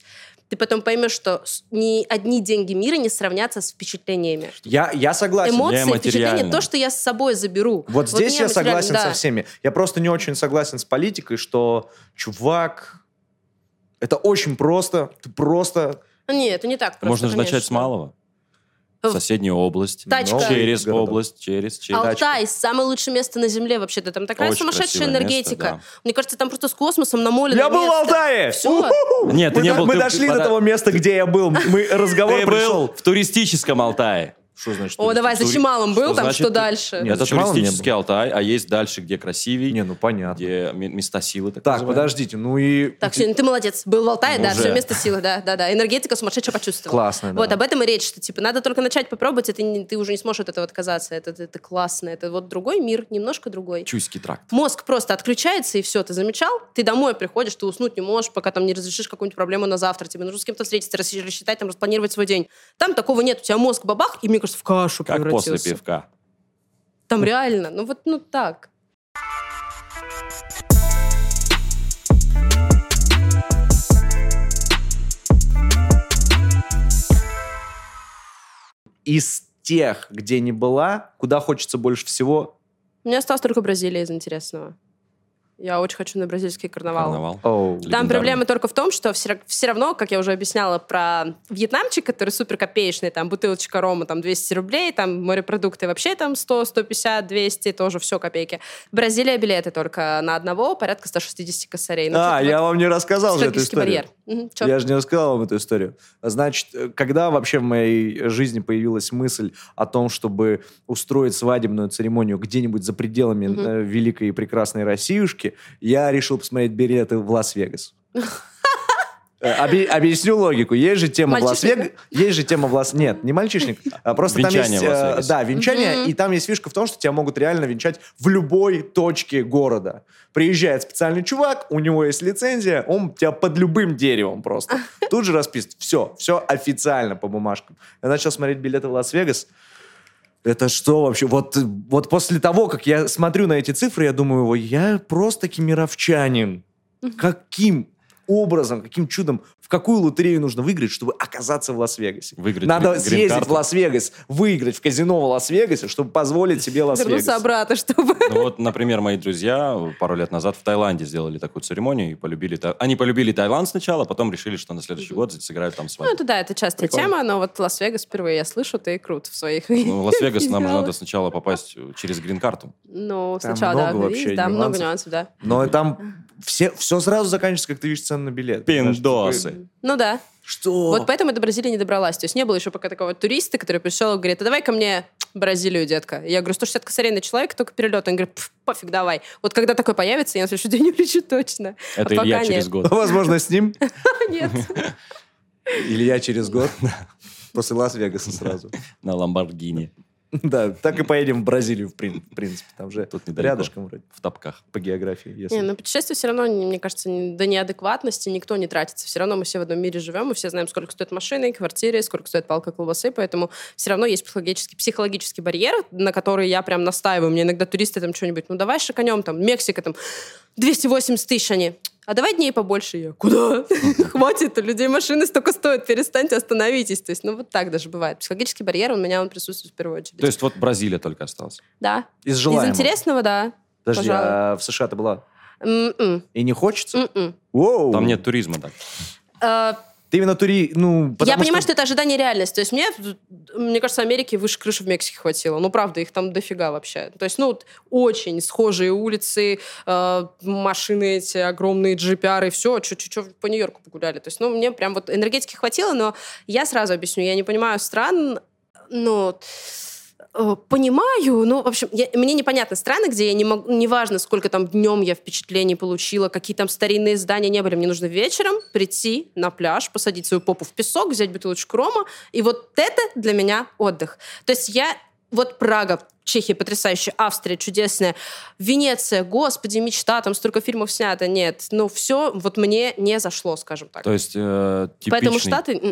ты потом поймешь, что ни одни деньги мира не сравнятся с впечатлениями. Я, я согласен. Эмоции, впечатления, то, что я с собой заберу. Вот здесь вот я согласен да. со всеми. Я просто не очень согласен с политикой, что, чувак, это очень просто, ты просто... Нет, это не так просто, Можно же конечно. начать с малого. Соседнюю область. Тачка. Через Городок. область, через, через. Алтай – самое лучшее место на Земле вообще-то. Там такая Очень сумасшедшая красивое энергетика. место, да. Мне кажется, там просто с космосом намолено Я был в место. Алтае! Все. У-ху-ху! Нет, ты мы не до- был, Мы ты- дошли пода- до того места, где я был. Мы разговор Ты пришел. был в туристическом Алтае. Что значит? О, давай, за Тури- Чемалом был, Что там значит? что дальше? Нет, Это за Чемалом не туристический был. Алтай, а есть дальше, где красивей, Не, ну понятно. где м- места силы. Так, Так, называемые. подождите, ну и... Так, Сеня, ты молодец. Был в Алтае, Ну, да, уже. все место силы, да, да, да. Энергетика сумасшедшая почувствовала. Классно, да. Вот, об этом и речь, что, типа, надо только начать попробовать, и ты, не- ты уже не сможешь от этого отказаться. Это, это, это классно. Это вот другой мир, немножко другой. Чуйский тракт. Мозг просто отключается, и все. Ты замечал? Ты домой приходишь, ты уснуть не можешь, пока там не разрешишь какую-нибудь проблему на завтра. Тебе нужно с кем-то встретиться, рас- рассчитать, там, распланировать свой день. Там такого нет. У тебя мозг бабах, и, мне кажется, в кашу Как превратился. после пивка. Там реально. Ну вот, ну так. Из тех, где не была, куда хочется больше всего? У меня осталась только Бразилия из интересного. Я очень хочу на бразильский карнавал. Карнавал. Оу. Там Легендарный. проблема только в том, что все, все равно, как я уже объясняла про вьетнамчик, который супер копеечный, там бутылочка рома, там двести рублей, там морепродукты вообще там сто, сто пятьдесят, двести, тоже все копейки. Бразилия билеты только на одного, порядка сто шестьдесят косарей. Ну, А, что-то я вот вам не рассказал же эту психологический историю. барьер. Мгм, чё? Я же не рассказал вам эту историю. Значит, когда вообще в моей жизни появилась мысль о том, чтобы устроить свадебную церемонию где-нибудь за пределами Мгм. э, великой и прекрасной Россиюшки, я решил посмотреть билеты в Лас-Вегас. Э, оби- Объясню логику. Есть же тема в Мальчишник, Лас-Вегасе. Есть же тема в Лас... Нет, не мальчишник. а Просто там Венчание есть... в э, Лас-Вегасе. Да, венчание. Мгм. И там есть фишка в том, что тебя могут реально венчать в любой точке города. Приезжает специальный чувак, у него есть лицензия, он тебя под любым деревом просто. Тут же расписывает. Все, все официально по бумажкам. Я начал смотреть билеты в Лас-Вегас. Это что вообще? Вот, вот после того, как я смотрю на эти цифры, я думаю, «Ой, я просто кемеровчанин. Каким образом, каким чудом, в какую лотерею нужно выиграть, чтобы оказаться в Лас-Вегасе? Выиграть Надо грин- съездить грин-карту. в Лас-Вегас, выиграть в казино в Лас-Вегасе, чтобы позволить себе Лас-Вегас. Вернуться обратно, чтобы... Ну вот, например, мои друзья пару лет назад в Таиланде сделали такую церемонию и полюбили... Та- Они полюбили Таиланд сначала, а потом решили, что на следующий год сыграют там Ну, свадьбу. это да, это частая Прикольно. тема, но вот Лас-Вегас впервые я слышу, ты крут в своих... Ну, в Лас-Вегас нам же видео. надо сначала попасть через грин-карту. Ну, Там сначала, да, много вообще видишь, да, много нюансов. нюансов, да. Но там все, все сразу заканчивается, как ты видишь цену на билет. Пиндосы. Ну да. Что? Вот поэтому до Бразилии не добралась. То есть не было еще пока такого туриста, который пришел и говорит, а давай ко мне Бразилию, детка. Я говорю, сто шестьдесят косарей на человека, только перелет. Он говорит, «Пф, пофиг, давай. Вот когда такой появится, я на следующий день улечу точно. Это А Илья пока через нет. год. Возможно, с ним. Нет. Или я через год. После Лас-Вегаса сразу. На Ламборгини. Да, так и поедем в Бразилию, в прин- в принципе. Там же Тут недалеко. рядышком вроде, В тапках. по географии. если- Не, ну путешествие все равно, не- мне кажется, не- до неадекватности никто не тратится. Все равно мы все в одном мире живем, мы все знаем, сколько стоит машины, квартиры, сколько стоит палка колбасы, поэтому все равно есть психологический, психологический барьер, на который я прям настаиваю. Мне иногда туристы там что-нибудь, ну давай шиканем, там, Мексика, там, двести восемьдесят тысяч они. А давай дней побольше. Я, куда? Хватит, у людей машины столько стоят, перестаньте, остановитесь. То есть, ну вот так даже бывает. Психологический барьер, у меня он присутствует в первую очередь. То есть вот Бразилия только осталась. Да. Из Из желаемого. интересного, да. Подожди, пожалуй. а в США ты была? М-м. И не хочется? М-м. Воу. Там нет туризма, так. А, Ты именно тури... Ну, Я потому понимаю, что это ожидание реальности. То есть мне, мне кажется, Америки выше крыши в Мексике хватило. Ну, правда, их там дофига вообще. То есть, ну, вот очень схожие улицы, э, машины эти, огромные джипяры, все, чуть-чуть по Нью-Йорку погуляли. То есть, ну, мне прям вот энергетики хватило, но я сразу объясню, я не понимаю стран, ну... э, Понимаю, ну, в общем, я- мне непонятны страны, где я не могу, неважно, сколько там днем я впечатлений получила, какие там старинные здания не были, мне нужно вечером прийти на пляж, посадить свою попу в песок, взять бутылочку рома, и вот это для меня отдых. То есть я, вот Прага, Чехия потрясающая, Австрия чудесная, Венеция, господи, мечта, там столько фильмов снято, нет, ну, все вот мне не зашло, скажем так. То есть э, Поэтому типичный, Штаты... м-м.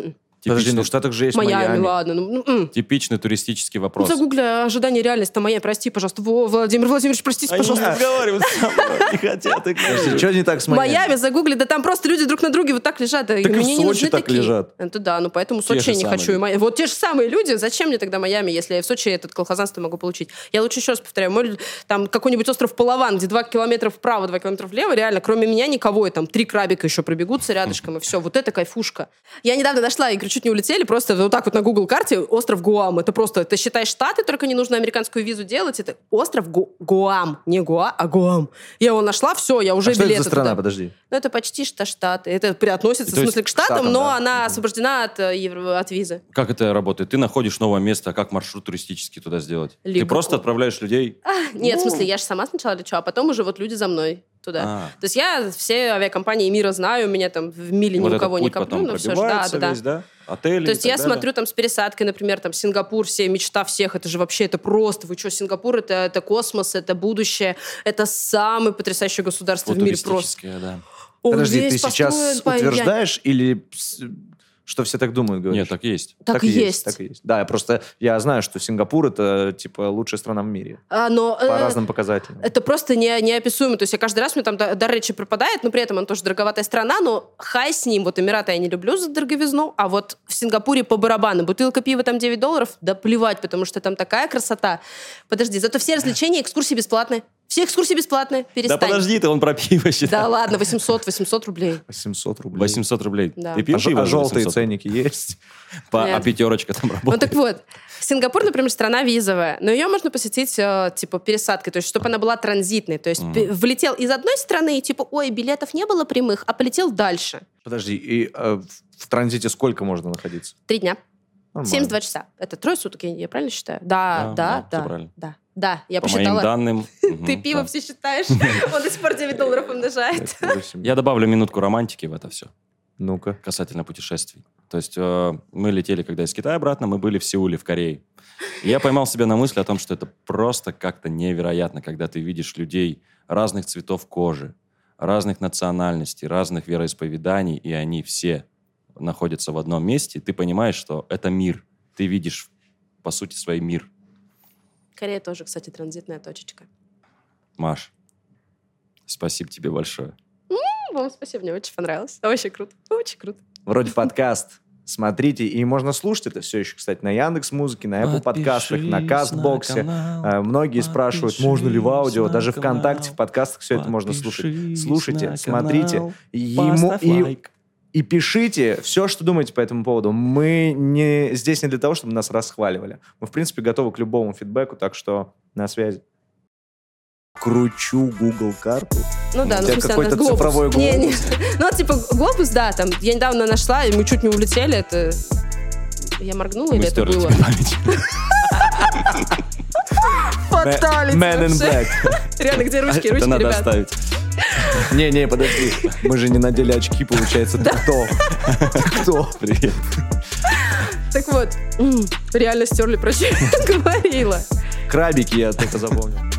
Подожди, Типичный, ну в Штатах же есть Майами, Майами. ладно. Ну, ну, м. типичный туристический Ну, вопрос. загугли ожидание реальность. Там Майами, прости, пожалуйста. Во, Владимир Владимирович, простите, пожалуйста. разговаривают со мной, не хотят. Подожди, что не так с Майами? Майами загугли, да там просто люди друг на друге вот так лежат. Да, Так и в мне не Сочи нужны так такие. лежат. Это да, ну поэтому Те Сочи же я не самые хочу. И Майами. Вот те же самые люди, зачем мне тогда Майами, если я в Сочи этот колхозанство могу получить? Я лучше еще раз повторяю, мой, там какой-нибудь остров Палаван, где два километра вправо, два километра влево, реально, кроме меня никого, и там три крабика еще пробегутся рядышком, и все, вот это кайфушка. Я недавно нашла, и говорю, чуть не улетели, просто вот так вот на Google карте остров Гуам. Это просто, ты считаешь Штаты, только не нужно американскую визу делать, это остров Гу- Гуам. Не Гуа, а Гуам. Я его нашла, все, я уже А что это билеты за страна, туда. подожди? Ну, это почти что Штаты. Это при- относится, То в есть смысле, к к Штатам, Штатам, но да. она Мгм. освобождена от, э, евро- от визы. Как это работает? Ты находишь новое место, а как маршрут туристический туда сделать? Ты Либо просто ко- отправляешь людей? Нет, в Ну. смысле, я же сама сначала лечу, а потом уже вот люди за мной туда. А. То есть я все авиакомпании мира знаю, у меня там в миле ни Вот у этот кого не путь коплю, потом но все же, да, пробивается да, весь, да. да? Отели То есть и я так далее. смотрю там с пересадкой, например, там Сингапур, все, мечта всех, это же вообще, это просто, вы что, Сингапур, это, это космос, это будущее, это самое потрясающее государство в мире просто. Футуристическое, да. Он Подожди, весь ты сейчас построен по- я- утверждаешь или с- что все так думают, говоришь? Нет, так и есть. Так и есть. Так и есть. Да, я просто я знаю, что Сингапур это типа лучшая страна в мире А, но, по э, разным показателям. Это просто не, неописуемо. То есть я каждый раз, мне там дар дар речи пропадает, но при этом он тоже дороговатая страна, но хай с ним. Вот Эмираты я не люблю за дороговизну, а вот в Сингапуре по барабану. Бутылка пива там девять долларов, да плевать, потому что там такая красота. Подожди, зато все развлечения, экскурсии бесплатные. Все экскурсии бесплатные. Перестань. Да подожди, ты он про пиво считает. Да ладно, восемьсот, восемьсот рублей. восемьсот рублей. восемьсот рублей. Да. Ты пил А, ж- пиво а за желтые восемьсот? ценники есть? По- Нет. а пятерочка там Ну работает. так вот, Сингапур, например, страна визовая, но ее можно посетить э, типа пересадкой, то есть чтобы она была транзитной. То есть Мгм. пе- влетел из одной страны и типа, ой, билетов не было прямых, а полетел дальше. Подожди, и э, в, в транзите сколько можно находиться? Три дня. Нормально. семьдесят два часа. Это трое суток, я, я правильно считаю? Да, Да, да, да, да. всё правильно. Да, да, я По посчитала. моим данным... Ты мгм, пиво да. все считаешь? Он до сих пор девять долларов умножает. Это восемь. Я добавлю минутку романтики в это все, Ну-ка. касательно путешествий. То есть э, мы летели, когда из Китая обратно, мы были в Сеуле, в Корее. И я поймал себя на мысли о том, что это просто как-то невероятно, когда ты видишь людей разных цветов кожи, разных национальностей, разных вероисповеданий, и они все находятся в одном месте. Ты понимаешь, что это мир. Ты видишь, по сути, свой мир. Корея тоже, кстати, транзитная точечка. Маш, спасибо тебе большое. Ну, вам спасибо, мне очень понравилось. Очень круто, очень круто. Вроде подкаст. Смотрите, и можно слушать это все еще, кстати, на Яндекс.Музыке, на Apple подкастах, на Кастбоксе. Э, Многие спрашивают, можно ли в аудио, даже ВКонтакте, в подкастах все это можно слушать. Слушайте, смотрите. И ему- и- И пишите все, что думаете по этому поводу. Мы не здесь не для того, чтобы нас расхваливали. Мы, в принципе, готовы к любому фидбэку, так что на связи. Кручу Google карту. Ну да, У ну в тебя смысле, какой-то она- глобус. цифровой Не, не. глобус. Ну, типа, глобус, да, там, я недавно нашла, и мы чуть не улетели, это... Я моргнула, или Мы это стерли было? тебе память. Фаталити Man in вообще. Black. Реально, где ручки, Это ручки, надо ребят? оставить. Не-не, подожди. Мы же не надели очки, получается. Ты кто? Ты кто? Привет. Так вот, м, реально стерли, про что я говорила. Крабики я только запомнил.